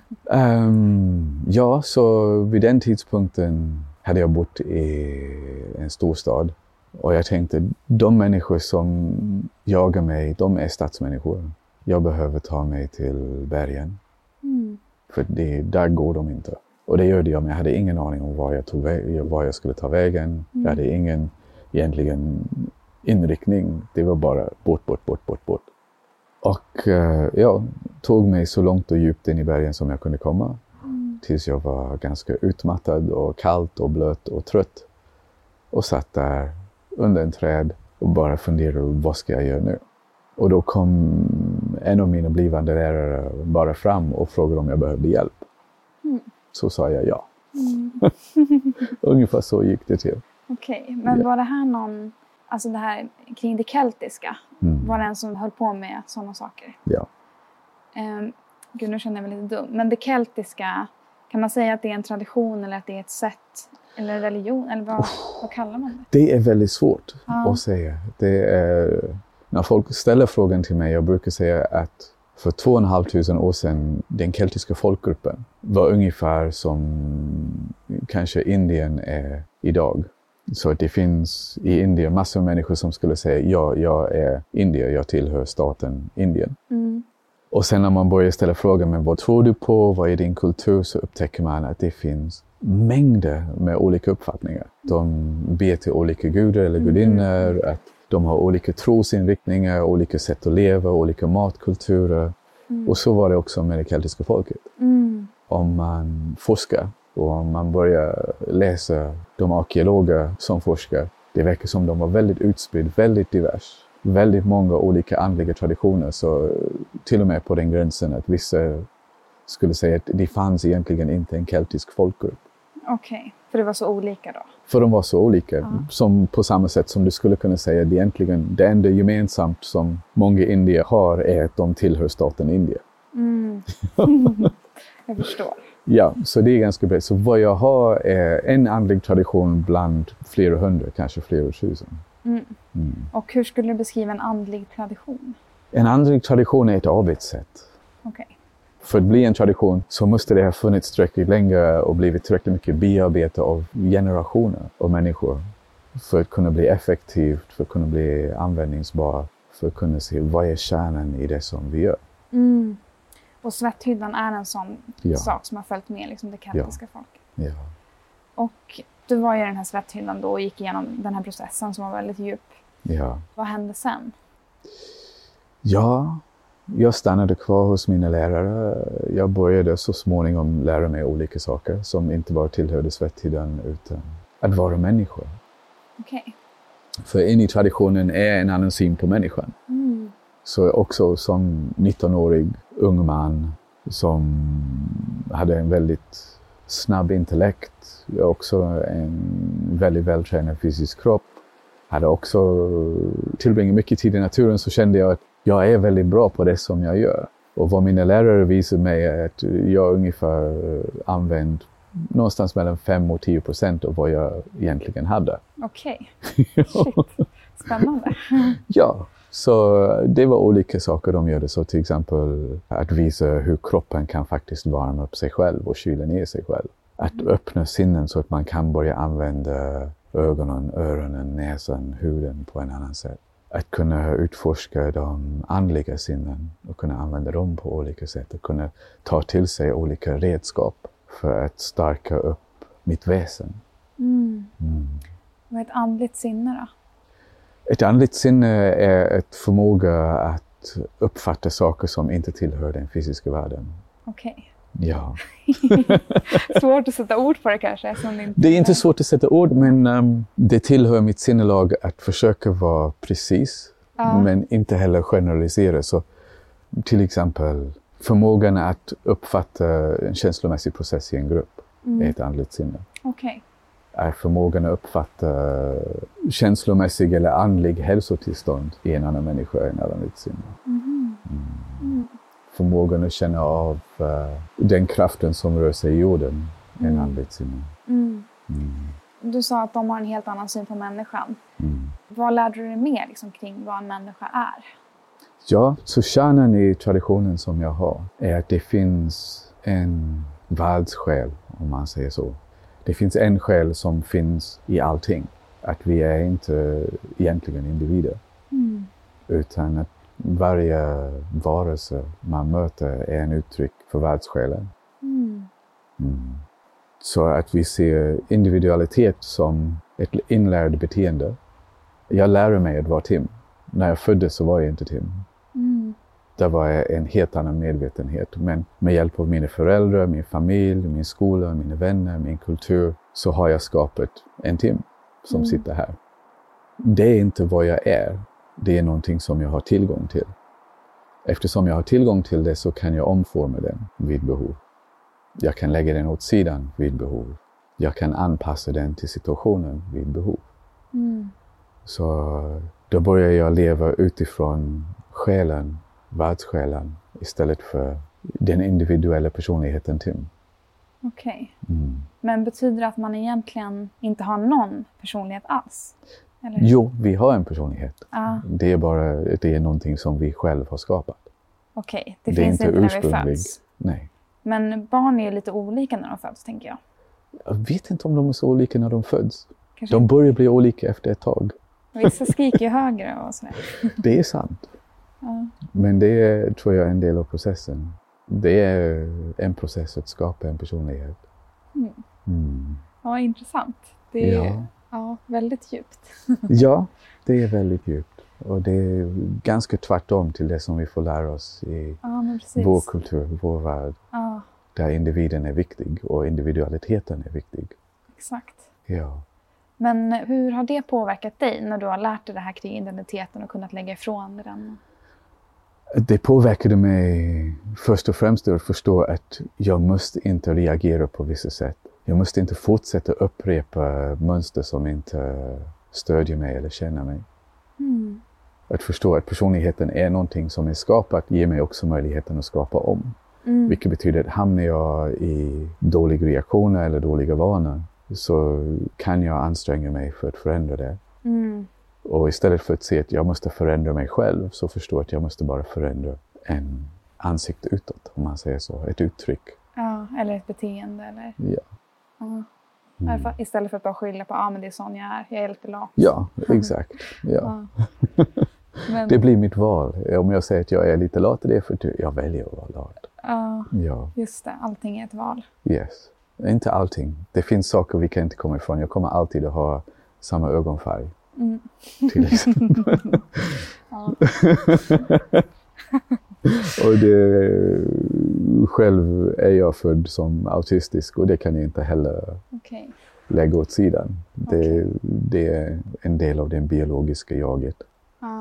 um, ja, så vid den tidpunkten hade jag bott i en storstad. Och jag tänkte, de människor som jagar mig, de är stadsmänniskor. Jag behöver ta mig till bergen. Mm. För det, där går de inte. Och det gjorde jag, men jag hade ingen aning om var jag, tog vä- var jag skulle ta vägen. Mm. Jag hade ingen egentligen inriktning. Det var bara bort, bort, bort, bort, bort. Och uh, jag tog mig så långt och djupt in i bergen som jag kunde komma. Mm. Tills jag var ganska utmattad och kallt och blöt och trött. Och satt där under en träd och bara funderade, vad ska jag göra nu? Och då kom en av mina blivande lärare bara fram och frågade om jag behövde hjälp. Mm. Så sa jag ja. Mm. Ungefär så gick det till. Okej, okay, men ja. Var det här någon, alltså det här kring det keltiska, mm. var det en som höll på med sådana saker? Ja. Um, gud, nu känner jag mig lite dum. Men det keltiska, kan man säga att det är en tradition eller att det är ett sätt eller religion? Eller vad, vad kallar man det? Det är väldigt svårt ja. att säga. Det är, när folk ställer frågan till mig, jag brukar säga att för två och en halv tusen år sedan, den keltiska folkgruppen var ungefär som kanske Indien är idag. Så det finns i Indien massor av människor som skulle säga, ja, jag är indier, jag tillhör staten Indien. Mm. Och sen när man börjar ställa frågan, men vad tror du på, vad är din kultur, så upptäcker man att det finns mängder med olika uppfattningar. De ber till olika gudar eller gudinnor, mm. att de har olika trosinriktningar, olika sätt att leva, olika matkulturer. Mm. Och så var det också med det keltiska folket. Mm. Om man forskar och om man börjar läsa de arkeologer som forskar, det verkar som de var väldigt utspridda, väldigt divers. Väldigt många olika andliga traditioner, så till och med på den gränsen att vissa skulle säga att det fanns egentligen inte en keltisk folkgrupp. Okej, okay. För det var så olika då? För de var så olika, ja. Som på samma sätt som du skulle kunna säga att egentligen det enda gemensamt som många indier har är att de tillhör staten Indien. Mm. Jag förstår. Ja, så det är ganska bra. Så vad jag har är en andlig tradition bland flera hundra, kanske flera tusen. Mm. Mm. Och hur skulle du beskriva en andlig tradition? En andlig tradition är ett arbetssätt. Okay. För att bli en tradition så måste det ha funnits tillräckligt länge och blivit tillräckligt mycket bearbete av generationer av människor. För att kunna bli effektivt, för att kunna bli användningsbar, för att kunna se vad är kärnan i det som vi gör. Mm. Och svetthyddan är en sån ja. sak som har följt med liksom det keltiska ja. folket. Ja. Och du var i den här svetthyddan då och gick igenom den här processen som var väldigt djup. Ja. Vad hände sen? Ja, jag stannade kvar hos mina lärare. Jag började så småningom lära mig olika saker som inte bara tillhörde svetthyddan utan att vara människa. Okej. Okay. För in i traditionen är en annan syn på människan. Mm. Så också som nittonårig ung man som hade en väldigt snabb intellekt, också en väldigt vältränad fysisk kropp, hade också tillbringat mycket tid i naturen, så kände jag att jag är väldigt bra på det som jag gör. Och vad mina lärare visade mig är att jag ungefär använder någonstans mellan fem och tio procent av vad jag egentligen hade. Okej. Okay. Shit. Spännande. Ja, så det var olika saker de gjorde. Så till exempel att visa hur kroppen kan faktiskt värma upp sig själv och kyla ner sig själv. Att mm. öppna sinnen så att man kan börja använda ögonen, öronen, näsan, huden på en annan sätt. Att kunna utforska de andliga sinnen och kunna använda dem på olika sätt. Och kunna ta till sig olika redskap för att stärka upp mitt väsen. Mm. Mm. Vad är ett andligt sinne då? Ett andligt sinne är ett förmåga att uppfatta saker som inte tillhör den fysiska världen. Okej. Okay. Ja. Svårt att sätta ord på det kanske. Som det, inte det är inte svårt att sätta ord, men um, det tillhör mitt sinnelag att försöka vara precis, ja. Men inte heller generalisera. Så till exempel förmågan att uppfatta en känslomässig process i en grupp mm. är ett andligt sinne. Okej. Okay. Är förmågan att uppfatta känslomässig eller andlig hälsotillstånd i en annan människa en andligt sinne. Mm. Mm. Mm. Förmågan att känna av uh, den kraften som rör sig i jorden är en andligt sinne. Mm. Mm. Du sa att de har en helt annan syn på människan. Mm. Vad lärde du dig mer liksom, kring vad en människa är? Ja, så kärnan i traditionen som jag har är att det finns en världssjäl, om man säger så. Det finns en själ som finns i allting. Att vi är inte egentligen individer. Mm. Utan att varje varelse man möter är en uttryck för världssjälen. Mm. Mm. Så att vi ser individualitet som ett inlärd beteende. Jag lär mig att vara Tim. När jag föddes så var jag inte Tim. Mm. Där var jag en helt annan medvetenhet. Men med hjälp av mina föräldrar, min familj, min skola, mina vänner, min kultur så har jag skapat en Tim som mm. sitter här. Det är inte vad jag är. Det är någonting som jag har tillgång till. Eftersom jag har tillgång till det så kan jag omforma den vid behov. Jag kan lägga den åt sidan vid behov. Jag kan anpassa den till situationen vid behov. Mm. Så då börjar jag leva utifrån själen, världssjälen, istället för den individuella personligheten Tim. Okej. Okay. Mm. Men betyder det att man egentligen inte har någon personlighet alls? Eller? Jo, vi har en personlighet. Ah. Det är bara det är någonting som vi själva har skapat. Okej, okay. det, det finns inte, inte när vi föds. Nej. Men barn är ju lite olika när de föds, tänker jag. Jag vet inte om de är så olika när de föds. Kanske. De börjar bli olika efter ett tag. Vissa skriker ju högre och sådär. Det är sant. Ja. Men det är, tror jag, en del av processen. Det är en process att skapa en personlighet. Mm. Mm. Ja, intressant. Det är ja. Ja, väldigt djupt. Ja, det är väldigt djupt. Och det är ganska tvärtom till det som vi får lära oss i ja, vår kultur, vår värld. Ja. Där individen är viktig och individualiteten är viktig. Exakt. Ja. Men hur har det påverkat dig när du har lärt dig det här kring identiteten och kunnat lägga ifrån den? Det påverkade mig först och främst att förstå att jag måste inte reagera på vissa sätt. Jag måste inte fortsätta upprepa mönster som inte stödjer mig eller känner mig. Mm. Att förstå att personligheten är någonting som är skapat ger mig också möjligheten att skapa om. Mm. Vilket betyder att hamnar jag i dåliga reaktioner eller dåliga vanor så kan jag anstränga mig för att förändra det. Mm. Och istället för att se att jag måste förändra mig själv så förstår jag att jag måste bara förändra en ansikte utåt, om man säger så. Ett uttryck. Ja, eller ett beteende. Eller? Ja. Ja. Mm. Istället för att bara skylla på att ah, men det är sån jag är, jag är lite lat. Ja, exakt. Ja. Ja. Men... Det blir mitt val. Om jag säger att jag är lite lat, det är för att jag väljer att vara lat. Ja, ja, just det. Allting är ett val. Yes. Inte allting. Det finns saker vi kan inte komma ifrån. Jag kommer alltid att ha samma ögonfärg. Mm. Till exempel. Ja. Och det, själv är jag född som autistisk och det kan jag inte heller okay. lägga åt sidan. Det, okay. det är en del av det biologiska jaget. Ah.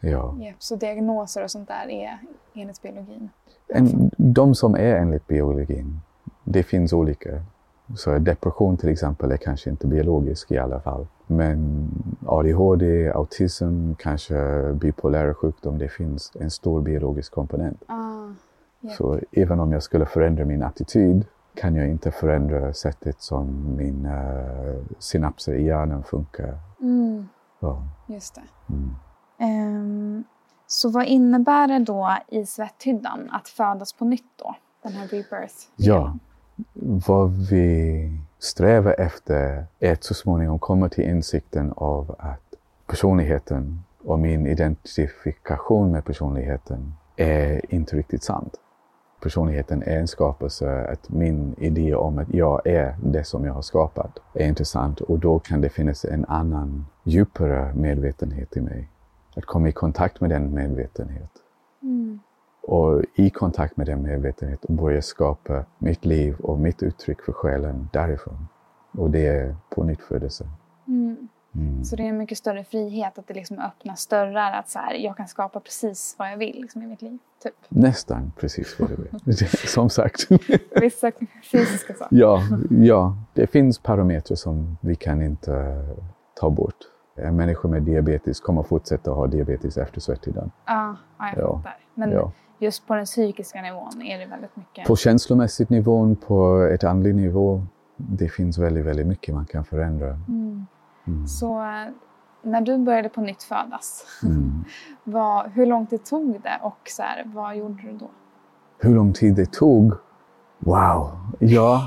Ja. Yep. Så diagnoser och sånt där är enligt biologin? En, de som är enligt biologin, det finns olika. Så depression till exempel är kanske inte biologisk i alla fall. Men A D H D, autism, kanske bipolär sjukdom, det finns en stor biologisk komponent. Ah, yep. Så även om jag skulle förändra min attityd kan jag inte förändra sättet som mina synapser i hjärnan funkar. Mm. Ja. Just det. Mm. Um, så vad innebär det då i svetthyddan att födas på nytt då? Den här rebirth? Ja, vad vi strävar efter är att så småningom komma till insikten av att personligheten och min identifikation med personligheten är inte riktigt sant. Personligheten är en skapelse, att min idé om att jag är det som jag har skapat är intressant, och då kan det finnas en annan djupare medvetenhet i mig. Att komma i kontakt med den medvetenhet. Mm. Och i kontakt med den medvetenhet börja skapa mitt liv och mitt uttryck för själen därifrån. Och det är på nytt födelse. Mm. Mm. Så det är en mycket större frihet, att det liksom öppnar större, att så här, jag kan skapa precis vad jag vill liksom, i mitt liv. Typ. Nästan precis vad du vill. Som sagt. Vissa fysiska saker. Ja, ja, det finns parametrar som vi kan inte ta bort. En människa med diabetes kommer fortsätta ha diabetes efter svetthyddan. Ja, ja, jag ja. fattar. Men ja. Just på den psykiska nivån är det väldigt mycket. På känslomässig nivån, på ett andlig nivå, det finns väldigt, väldigt mycket man kan förändra. Mm. Mm. Så när du började på nytt födas, mm. vad, hur lång tid tog det och så här, vad gjorde du då? Hur lång tid det tog? Wow, ja.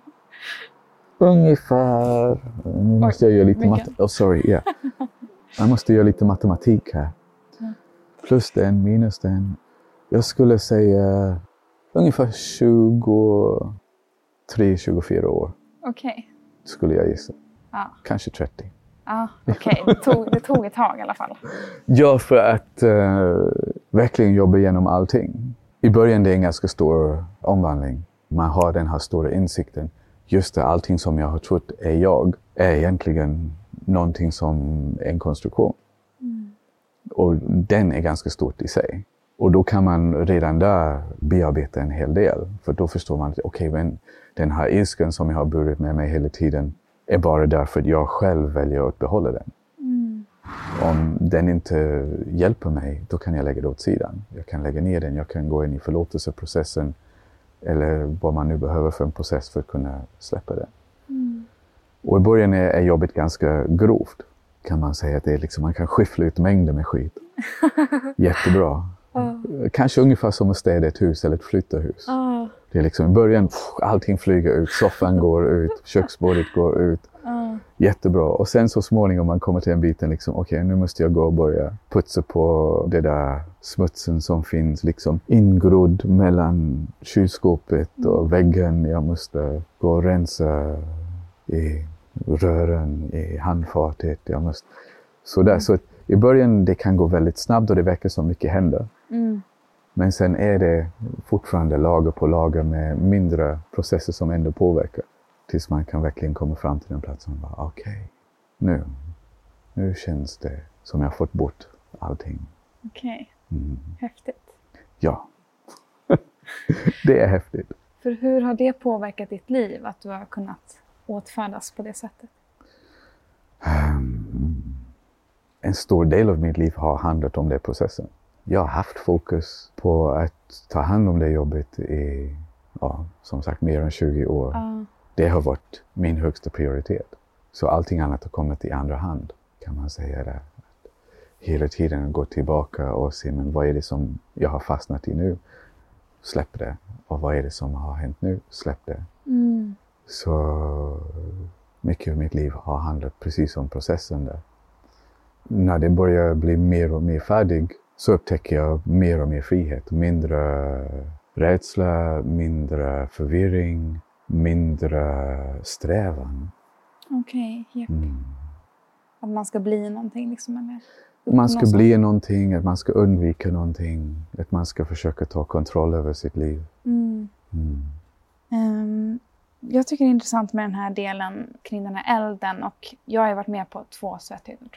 Ungefär, nu måste jag göra lite mat- oh, sorry, yeah. Jag måste göra lite matematik här. Plus den, minus den. Jag skulle säga ungefär tjugotre till tjugofyra år. Okej. Okay. Skulle jag gissa. Ja. Kanske trettio. Ja, okej. Okay. Det, tog, det tog ett tag i alla fall. Ja, för att uh, verkligen jobba igenom allting. I början det är en ganska stor omvandling. Man har den här stora insikten. Just det, allting som jag har trott är jag är egentligen någonting som en konstruktion. Mm. Och den är ganska stort i sig. Och då kan man redan där bearbeta en hel del. För då förstår man att okej, okay, men den här ilskan som jag har burit med mig hela tiden är bara därför att jag själv väljer att behålla den. Mm. Om den inte hjälper mig, då kan jag lägga det åt sidan. Jag kan lägga ner den, jag kan gå in i förlåtelseprocessen. Eller vad man nu behöver för en process för att kunna släppa det. Mm. Och i början är, är jobbet ganska grovt. Kan man säga att det är liksom, man kan skiffla ut mängder med skit. Jättebra. Uh. Kanske ungefär som att städa ett hus eller ett flyttahus. Uh. Det är liksom i början, pff, allting flyger ut, soffan går ut, köksbordet går ut. Uh. Jättebra. Och sen så småningom man kommer till en biten liksom, okej, okay, nu måste jag gå och börja putsa på det där smutsen som finns liksom ingrodd mellan kylskåpet och väggen. Jag måste gå och rensa i rören, i handfatet. Jag måste... Så där. Så i början det kan gå väldigt snabbt och det verkar som mycket händer. Mm. Men sen är det fortfarande lager på lager med mindre processer som ändå påverkar. Tills man kan verkligen komma fram till den platsen och bara okej, okay, nu, nu känns det som jag har fått bort allting. Okej, okay. mm. Häftigt. Ja, det är häftigt. För hur har det påverkat ditt liv att du har kunnat åtfärdas på det sättet? Um, en stor del av mitt liv har handlat om den processen. Jag har haft fokus på att ta hand om det jobbet i, ja, som sagt, mer än tjugo år. Uh. Det har varit min högsta prioritet. Så allting annat har kommit i andra hand, kan man säga det. Hela tiden gå tillbaka och se, men vad är det som jag har fastnat i nu? Släpp det. Och vad är det som har hänt nu? Släpp det. Mm. Så mycket av mitt liv har handlat precis om processen där. När det börjar bli mer och mer färdig så upptäcker jag mer och mer frihet. Mindre rädsla, mindre förvirring, mindre strävan. Okej, okay, yep. mm. Att man ska bli någonting liksom, eller? Man ska bli någonting, att man ska undvika någonting, att man ska försöka ta kontroll över sitt liv. Mm. Mm. Um, jag tycker det är intressant med den här delen kring den här elden, och jag har varit med på två svetthyddor tror jag.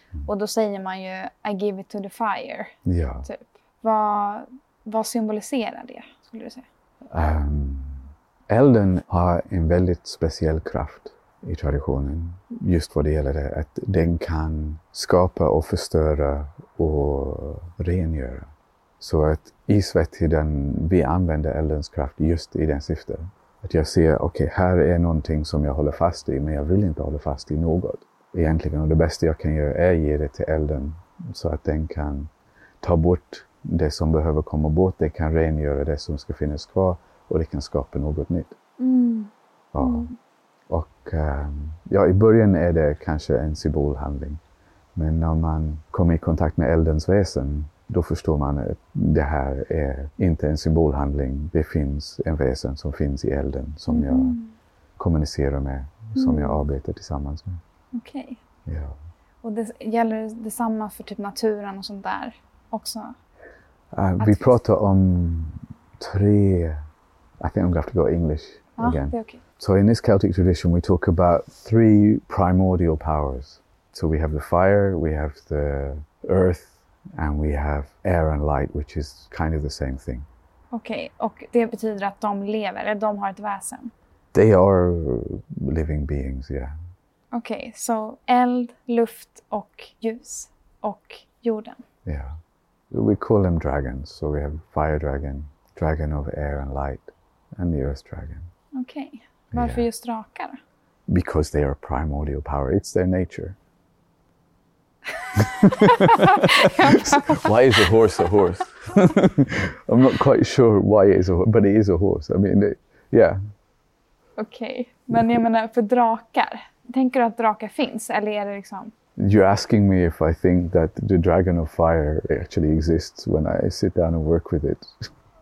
Och då säger man ju I give it to the fire. Ja. Typ. Vad, vad symboliserar det, skulle du säga? Um, elden har en väldigt speciell kraft i traditionen. Just vad det gäller det. Att den kan skapa och förstöra och rengöra. Så att i Svetthyddan, vi använder eldens kraft just i den syftet. Att jag ser, okej, okay, här är någonting som jag håller fast i, men jag vill inte hålla fast i något. Egentligen, och det bästa jag kan göra är att ge det till elden. Så att den kan ta bort det som behöver komma bort. Det kan rengöra det som ska finnas kvar. Och det kan skapa något nytt. Mm. Ja. Mm. Och um, ja, i början är det kanske en symbolhandling. Men när man kommer i kontakt med eldens väsen, då förstår man att det här är inte en symbolhandling. Det finns en väsen som finns i elden som mm. jag kommunicerar med, som mm. jag arbetar tillsammans med. Okej. Okay. Ja. Och det gäller detsamma för typ naturen och sånt där också? Uh, vi pratar om tre, I think I'm going to have to go English ah, again. Det är okay. So in this Celtic tradition we talk about three primordial powers. So we have the fire, we have the earth, and we have air and light, which is kind of the same thing. Okej, okay. Och det betyder att de lever, eller de har ett väsen? They are living beings, yeah. Okej, okay, så eld, luft och ljus och jorden. Yeah. We call them dragons. So we have fire dragon, dragon of air and light, and the earth dragon. Okej. Okay. Varför yeah. just drakar? Because they are primordial power. It's their nature. Why is a horse a horse? I'm not quite sure why it is a horse, but it is a horse. I mean, it, yeah. Okej, okay. Men jag menar för drakar. Tänker du att drakar finns, eller är det liksom... You're asking me if I think that the dragon of fire actually exists when I sit down and work with it.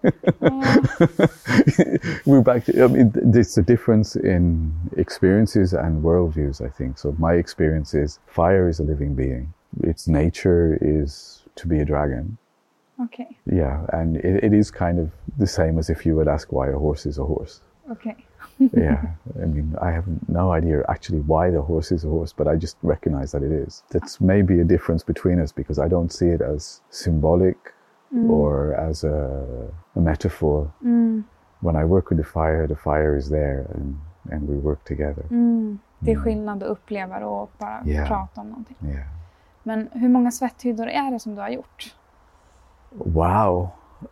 We're back to, I mean, there's a difference in experiences and worldviews, I think. So my experience is fire is a living being. Its nature is to be a dragon. Okay. Yeah, and it, it is kind of the same as if you would ask why a horse is a horse. Okay. Yeah, I mean, I have no idea actually why the horse is a horse, but I just recognize that it is. That's maybe a difference between us because I don't see it as symbolic mm. or as a, a metaphor. Mm. When I work with the fire, the fire is there and, and we work together. Mm. Det är skillnad att uppleva och bara yeah. prata om någonting. Yeah. Men hur många svetthyddor är det som du har gjort? Wow.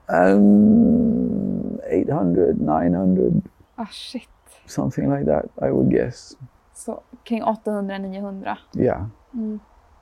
Um, eight hundred, nine hundred. Ah, shit. Something like that, I would guess. Så kring åttahundra till niohundra? Ja. Yeah. Mm.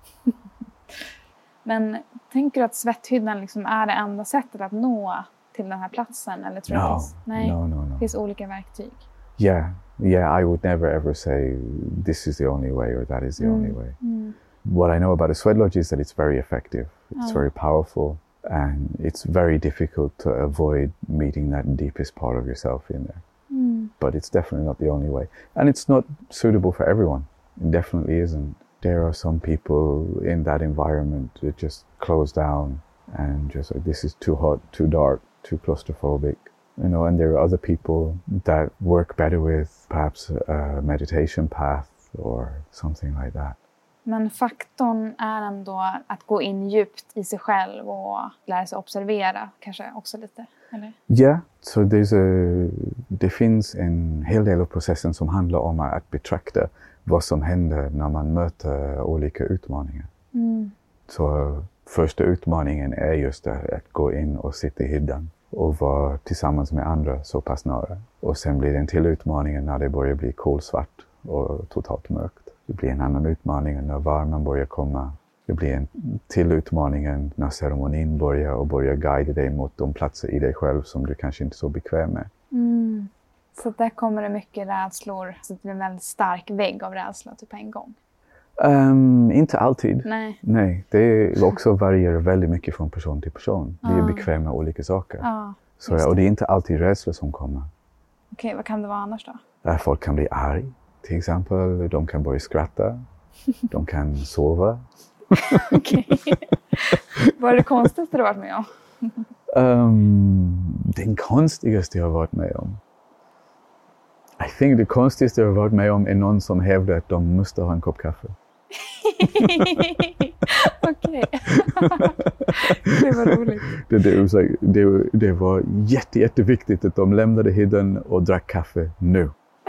Men tänker du att svetthyddan liksom är det enda sättet att nå till den här platsen? Eller tror no. det finns, nej, no, no, no. Det finns olika verktyg? Yeah, yeah, I would never ever say this is the only way or that is the mm. only way. Mm. What I know about a sweat lodge is that it's very effective, it's oh. very powerful, and it's very difficult to avoid meeting that deepest part of yourself in there. Mm. But it's definitely not the only way. And it's not suitable for everyone. It definitely isn't. There are some people in that environment that just close down and just like, this is too hot, too dark, too claustrophobic. You know, and there are other people that work better with perhaps a meditation path or something like that. Men faktorn är ändå att gå in djupt i sig själv och lära sig observera kanske också lite, eller? Ja, yeah, så there's a, det finns en hel del av processen som handlar om att betrakta vad som händer när man möter olika utmaningar. Mm. Så första utmaningen är just det, att gå in och sitta i hyddan och vara tillsammans med andra så pass nära. Och sen blir det en till utmaning när det börjar bli kolsvart och totalt mörkt. Det blir en annan utmaning när värmen börjar komma. Det blir en till utmaning när ceremonin börjar och börjar guida dig mot de platser i dig själv som du kanske inte är så bekväm med. Mm. Så där kommer det mycket rädslor, så det blir en väldigt stark vägg av rädsla typ på en gång? Um, inte alltid. Nej. Nej, det också varierar väldigt mycket från person till person. Vi är ah. bekväma med olika saker. Ah, så, det. Och det är inte alltid rädsla som kommer. Okej, okay, vad kan det vara annars då? Där folk kan bli arg. Till exempel, de kan börja skratta. De kan sova. Okej. Vad är det konstigaste du har varit med om? um, den konstigaste jag har varit med om? I think det konstigaste jag har varit med om är någon som hävdar att de måste ha en kopp kaffe. Okej. Det var roligt. Det, det, det, det var jätte, jätteviktigt att de lämnade hyddan och drack kaffe nu.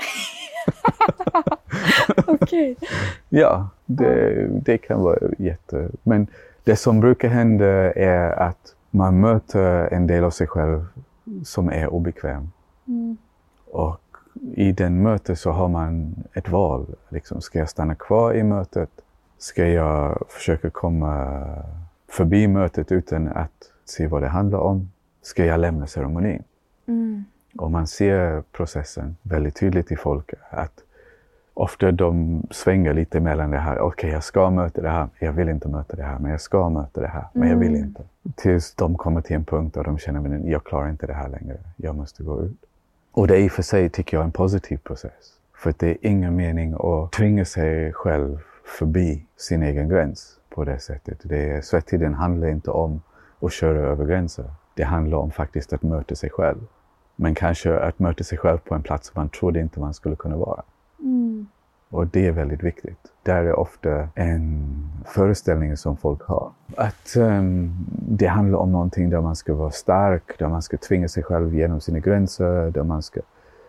Okej. Ja, det, det kan vara jätte... Men det som brukar hända är att man möter en del av sig själv som är obekväm. Mm. Och i den mötet så har man ett val. Liksom, ska jag stanna kvar i mötet? Ska jag försöka komma förbi mötet utan att se vad det handlar om? Ska jag lämna ceremonin? Mm. Och man ser processen väldigt tydligt i folk att ofta de svänger lite mellan det här. Okej, okay, jag ska möta det här. Jag vill inte möta det här. Men jag ska möta det här. Men jag vill inte. Tills de kommer till en punkt och de känner att jag klarar inte det här längre. Jag måste gå ut. Och det är i och för sig, tycker jag, en positiv process. För det är ingen mening att tvinga sig själv förbi sin egen gräns på det sättet. Det är, svettiden handlar inte om att köra över gränser. Det handlar om faktiskt att möta sig själv. Men kanske att möta sig själv på en plats som man trodde inte man skulle kunna vara. Mm. Och det är väldigt viktigt. Där är ofta en föreställning som folk har. Att um, det handlar om någonting där man ska vara stark, där man ska tvinga sig själv genom sina gränser, där man ska...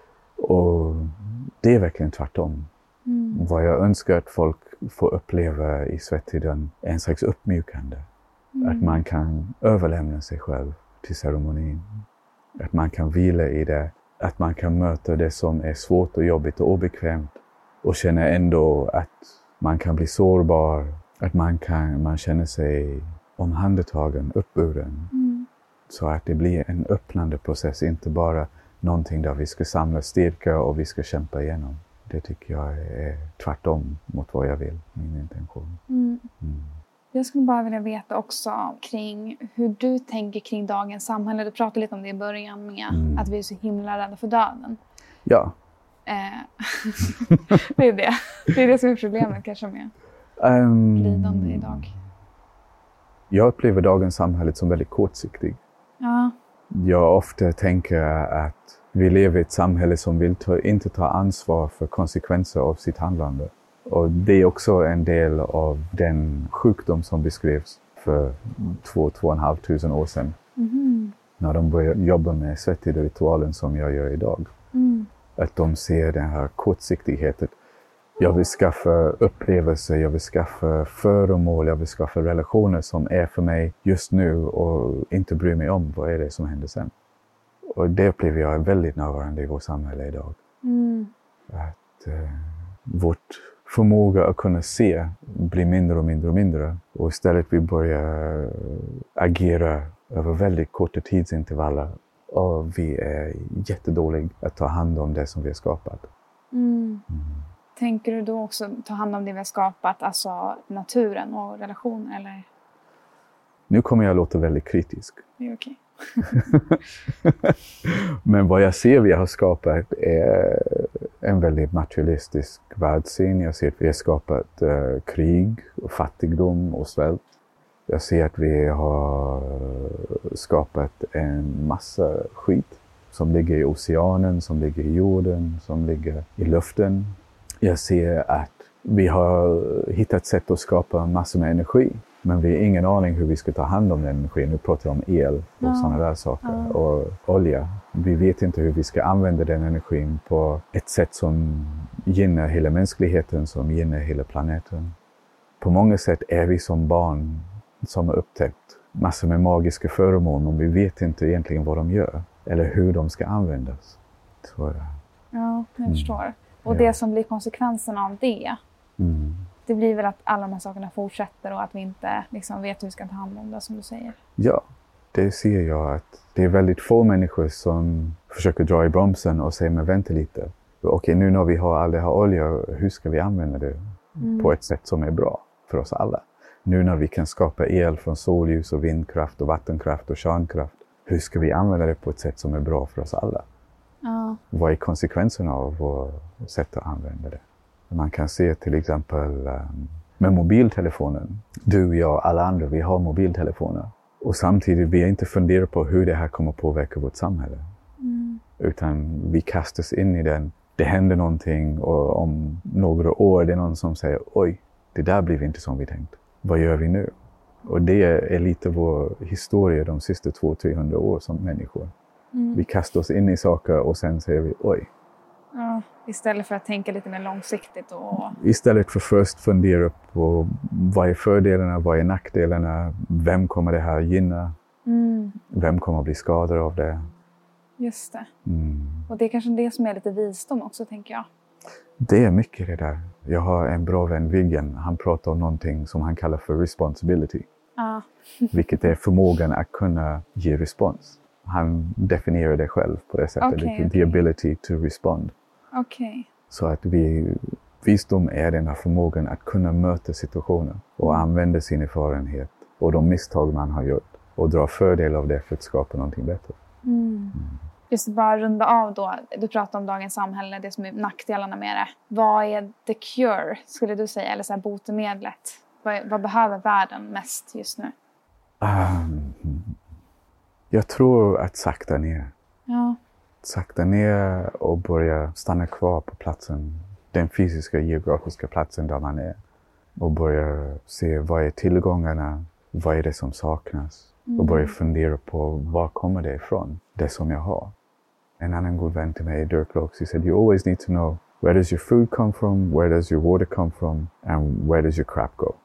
Och det är verkligen tvärtom. Mm. Vad jag önskar att folk får uppleva i svettiden är en slags uppmjukande. Mm. Att man kan överlämna sig själv till ceremonin. Att man kan vila i det. Att man kan möta det som är svårt och jobbigt och obekvämt. Och känna ändå att man kan bli sårbar. Att man, kan, man känner sig omhändertagen, uppburen. Mm. Så att det blir en öppnande process. Inte bara någonting där vi ska samla styrka och vi ska kämpa igenom. Det tycker jag är tvärtom mot vad jag vill, min intention. Mm. Mm. Jag skulle bara vilja veta också kring hur du tänker kring dagens samhälle. Du pratade lite om det i början med mm. att vi är så himla rädda för döden. Ja. Eh, det är det. Det är det som är problemet kanske med um, lidande idag. Jag upplever dagens samhälle som väldigt kortsiktig. Ja. Jag ofta tänker att vi lever i ett samhälle som vill ta, inte ta ansvar för konsekvenser av sitt handlande. Och det är också en del av den sjukdom som beskrevs för två, två och en halv tusen år sedan. Mm. När de började jobba med svettiga ritualen som jag gör idag. Mm. Att de ser den här kortsiktigheten. Jag vill skaffa upplevelser, jag vill skaffa föremål, jag vill skaffa relationer som är för mig just nu och inte bry mig om vad är det som händer sen. Och det upplever jag är väldigt närvarande i vårt samhälle idag. Mm. Att eh, vårt förmåga att kunna se blir mindre och mindre och mindre. Och istället vi börjar agera över väldigt korta tidsintervaller. Och vi är jättedåliga att ta hand om det som vi har skapat. Mm. Mm. Tänker du då också ta hand om det vi har skapat, alltså naturen och relationer, eller? Nu kommer jag att låta väldigt kritisk. Det är okej. Men vad jag ser vi har skapat är en väldigt materialistisk världssyn. Jag ser att vi har skapat uh, krig, och fattigdom och svält. Jag ser att vi har skapat en massa skit som ligger i oceanen, som ligger i jorden, som ligger i luften. Jag ser att vi har hittat sätt att skapa massor med energi. Men vi har ingen aning hur vi ska ta hand om den energin. Nu pratar jag om el och ja. sådana där saker. Ja. Och olja. Vi vet inte hur vi ska använda den energin på ett sätt som gynnar hela mänskligheten, som gynnar hela planeten. På många sätt är vi som barn som har upptäckt massor med magiska föremål, men vi vet inte egentligen vad de gör. Eller hur de ska användas. Så det. Ja, jag mm. förstår. Och ja. det som blir konsekvensen av det, mm. det blir väl att alla de här sakerna fortsätter och att vi inte liksom vet hur vi ska ta hand om det, som du säger. Ja, det ser jag att det är väldigt få människor som försöker dra i bromsen och säga, men vänta lite. Okej, nu när vi har all det här olja, hur ska vi använda det mm. på ett sätt som är bra för oss alla? Nu när vi kan skapa el från solljus och vindkraft och vattenkraft och kärnkraft, hur ska vi använda det på ett sätt som är bra för oss alla? Ja. Vad är konsekvenserna av vårt sätt att använda det? Man kan se till exempel um, med mobiltelefonen. Du, jag och alla andra, vi har mobiltelefoner. Och samtidigt vi inte funderar på hur det här kommer påverka vårt samhälle. Mm. Utan vi kastas in i den. Det händer någonting och om några år det är någon som säger, oj, det där blev inte som vi tänkt. Vad gör vi nu? Och det är lite vår historia de sista två till trehundra år som människor. Mm. Vi kastar oss in i saker och sen säger vi oj. Ja, istället för att tänka lite mer långsiktigt. Och... Istället för först fundera på vad är fördelarna, vad är nackdelarna, vem kommer det här gynna, mm. vem kommer att bli skadad av det. Just det. Mm. Och det är kanske det som är lite visdom också, tänker jag. Det är mycket det där. Jag har en bra vän, Viggen. Han pratar om någonting som han kallar för responsibility. Ah. Vilket är förmågan att kunna ge respons. Han definierar det själv på det sättet. Okay, the okay. ability to respond. Okay. Så att vi, visdom är den här förmågan att kunna möta situationer och mm. använda sin erfarenhet och de misstag man har gjort och dra fördel av det för att skapa någonting bättre. Mm. Mm. Just bara runda av då. Du pratar om dagens samhälle, det som är nackdelarna med det. Vad är the cure, skulle du säga? Eller så här botemedlet? Vad, vad behöver världen mest just nu? Um, jag tror att sakta ner. Ja. Sakta ner och börja stanna kvar på platsen. Den fysiska, geografiska platsen där man är. Och börja se vad är tillgångarna, vad är det som saknas. Mm. Och börja fundera på var kommer det ifrån, det som jag har. En annan god vän till mig, Dirk Locks, he said you always need to know where does your food come from, where does your water come from and where does your crap go.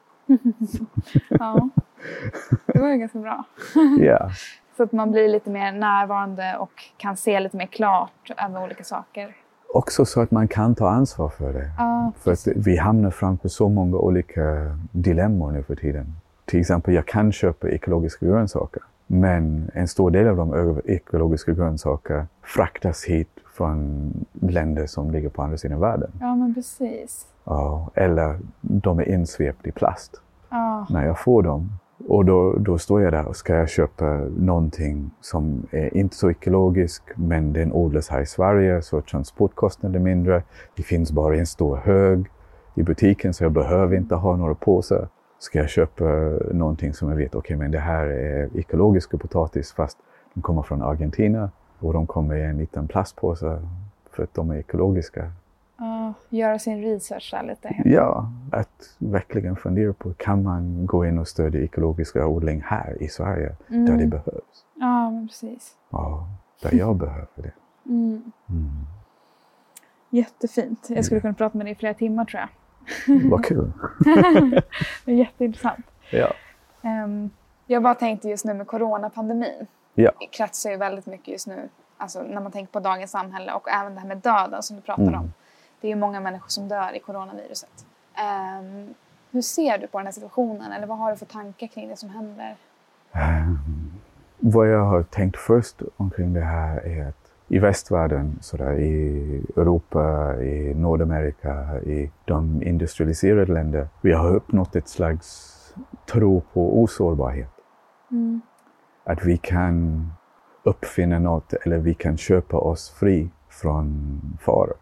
Ja, det var ju ganska bra. Yeah. Så att man blir lite mer närvarande och kan se lite mer klart över olika saker. Också så att man kan ta ansvar för det. Ja, för att vi hamnar framför så många olika dilemmor nu för tiden. Till exempel, jag kan köpa ekologiska grönsaker. Men en stor del av de ekologiska grönsaker fraktas hit från länder som ligger på andra sidan världen. Ja, men precis. Ja, eller de är insvept i plast. Ja. När jag får dem. Och då, då står jag där och ska jag köpa någonting som är inte så ekologisk, men den odlas här i Sverige så transportkostnaden är mindre. Det finns bara en stor hög i butiken så jag behöver inte ha några påsar. Ska jag köpa någonting som jag vet, okej okay, men det här är ekologiska potatis fast de kommer från Argentina och de kommer i en liten plastpåse för att de är ekologiska. Ja, göra sin research där lite. Ja, att verkligen fundera på kan man gå in och stödja ekologiska odling här i Sverige mm. där det behövs. Ja, men precis. Ja, där jag behöver det. Mm. Mm. Jättefint. Jag skulle kunna prata med dig i flera timmar tror jag. Vad kul. Det är jätteintressant. Ja. Um, jag bara tänkte just nu med coronapandemin. Ja. Det kretsar ju väldigt mycket just nu. Alltså när man tänker på dagens samhälle och även det här med döden som du pratar mm. om. Det är ju många människor som dör i coronaviruset. Um, hur ser du på den här situationen? Eller vad har du för tankar kring det som händer? Um, vad jag har tänkt först omkring det här är att i västvärlden, sådär, i Europa, i Nordamerika, i de industrialiserade länder, vi har uppnått ett slags tro på osårbarhet. Mm. Att vi kan uppfinna något eller vi kan köpa oss fri från faror.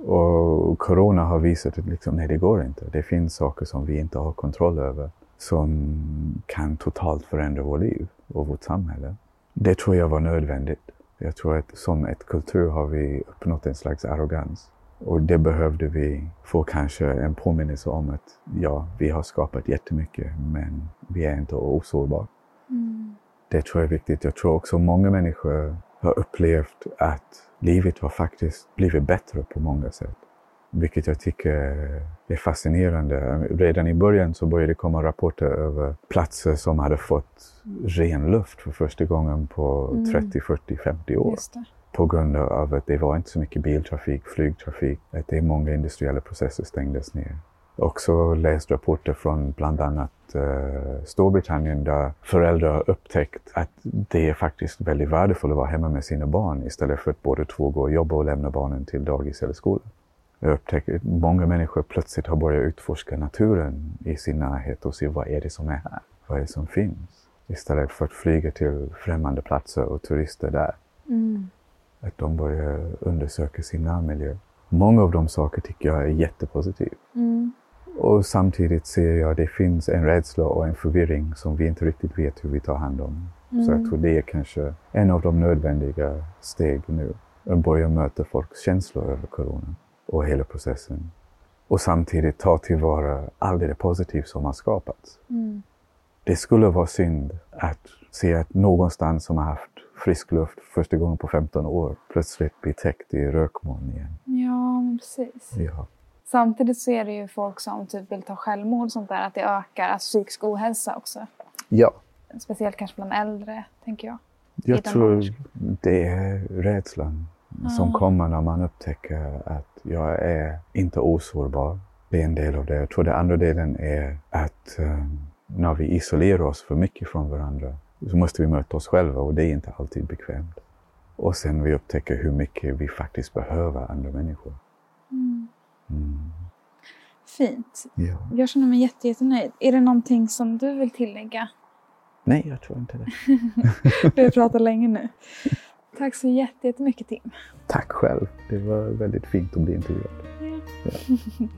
Och corona har visat att liksom, nej, det går inte. Det finns saker som vi inte har kontroll över som kan totalt förändra vårt liv och vårt samhälle. Det tror jag var nödvändigt. Jag tror att som ett kultur har vi uppnått en slags arrogans. Och det behövde vi få kanske en påminnelse om att ja, vi har skapat jättemycket men vi är inte osårbara. Mm. Det tror jag är viktigt. Jag tror också många människor har upplevt att livet har faktiskt blivit bättre på många sätt. Vilket jag tycker är fascinerande. Redan i början så började det komma rapporter över platser som hade fått ren luft för första gången på mm. trettio, fyrtio, femtio år. På grund av att det var inte så mycket biltrafik, flygtrafik. Att det är många industriella processer stängdes ner. Också läst rapporter från bland annat uh, Storbritannien där föräldrar har upptäckt att det är faktiskt väldigt värdefullt att vara hemma med sina barn istället för att båda två gå och jobba och lämna barnen till dagis eller skola. Jag upptäcker att många människor plötsligt har börjat utforska naturen i sin närhet och se vad är det som är här, vad är det som finns. Istället för att flyga till främmande platser och turister där. Mm. Att de börjar undersöka sin närmiljö. Många av de saker tycker jag är jättepositiva. Mm. Och samtidigt ser jag att det finns en rädsla och en förvirring som vi inte riktigt vet hur vi tar hand om. Mm. Så jag tror det är kanske en av de nödvändiga steg nu. Att börja möta folks känslor över corona och hela processen. och samtidigt ta tillvara allt det positivt som har skapats. Mm. Det skulle vara synd att se att någonstans som har haft frisk luft första gången på femton år plötsligt blir täckt i rökmoln igen. Ja, men precis. Ja. Samtidigt så är det ju folk som typ vill ta självmord och sånt där, att det ökar alltså psykisk ohälsa också. Ja. Speciellt kanske bland äldre, tänker jag. Jag tror det är rädslan mm. som kommer när man upptäcker att jag är inte osårbar. Det är en del av det. Jag tror den andra delen är att um, när vi isolerar oss för mycket från varandra så måste vi möta oss själva och det är inte alltid bekvämt. Och sen vi upptäcker hur mycket vi faktiskt behöver andra människor. Mm. Mm. Fint. Ja. Jag känner mig jätte, jättenöjd. Är det någonting som du vill tillägga? Nej, jag tror inte det. Vi har pratat länge nu. Tack så jättemycket, Tim. Tack själv. Det var väldigt fint att bli intervjuad. Ja. Ja.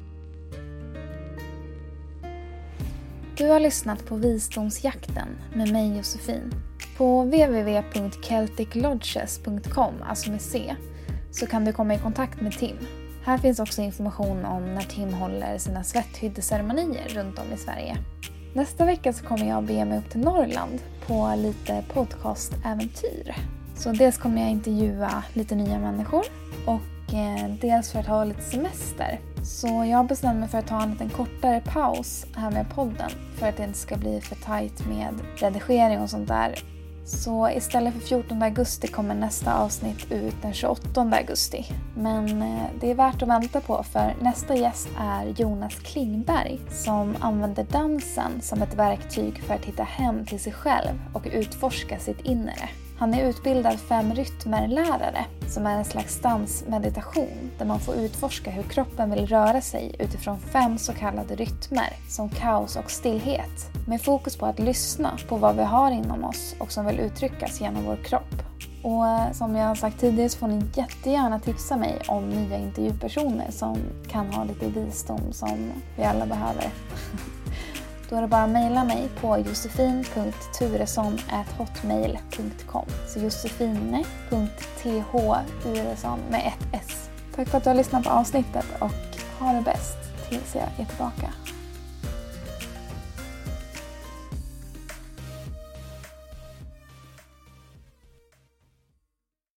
Du har lyssnat på Visdomsjakten med mig Josefin. På w w w punkt celtic lodges punkt com, alltså med C, så kan du komma i kontakt med Tim. Här finns också information om när Tim håller sina svetthyddeceremonier runt om i Sverige. Nästa vecka så kommer jag bege mig upp till Norrland på lite podcastäventyr. Så dels kommer jag intervjua lite nya människor och eh, dels för att ha lite semester. Så jag bestämde mig för att ta en liten kortare paus här med podden för att det inte ska bli för tajt med redigering och sånt där. Så istället för fjortonde augusti kommer nästa avsnitt ut den tjugoåttonde augusti. Men det är värt att vänta på för nästa gäst är Jonas Klingberg som använder dansen som ett verktyg för att hitta hem till sig själv och utforska sitt inre. Han är utbildad fem rytmerlärare som är en slags dansmeditation där man får utforska hur kroppen vill röra sig utifrån fem så kallade rytmer som kaos och stillhet. Med fokus på att lyssna på vad vi har inom oss och som vill uttryckas genom vår kropp. Och som jag har sagt tidigare så får ni jättegärna tipsa mig om nya intervjupersoner som kan ha lite visdom som vi alla behöver. Då är det bara att mejla mig på josefin punkt turesson at hotmail punkt com. Så josefine punkt thuresson med ett S. Tack för att du har lyssnat på avsnittet och ha det bäst tills jag är tillbaka.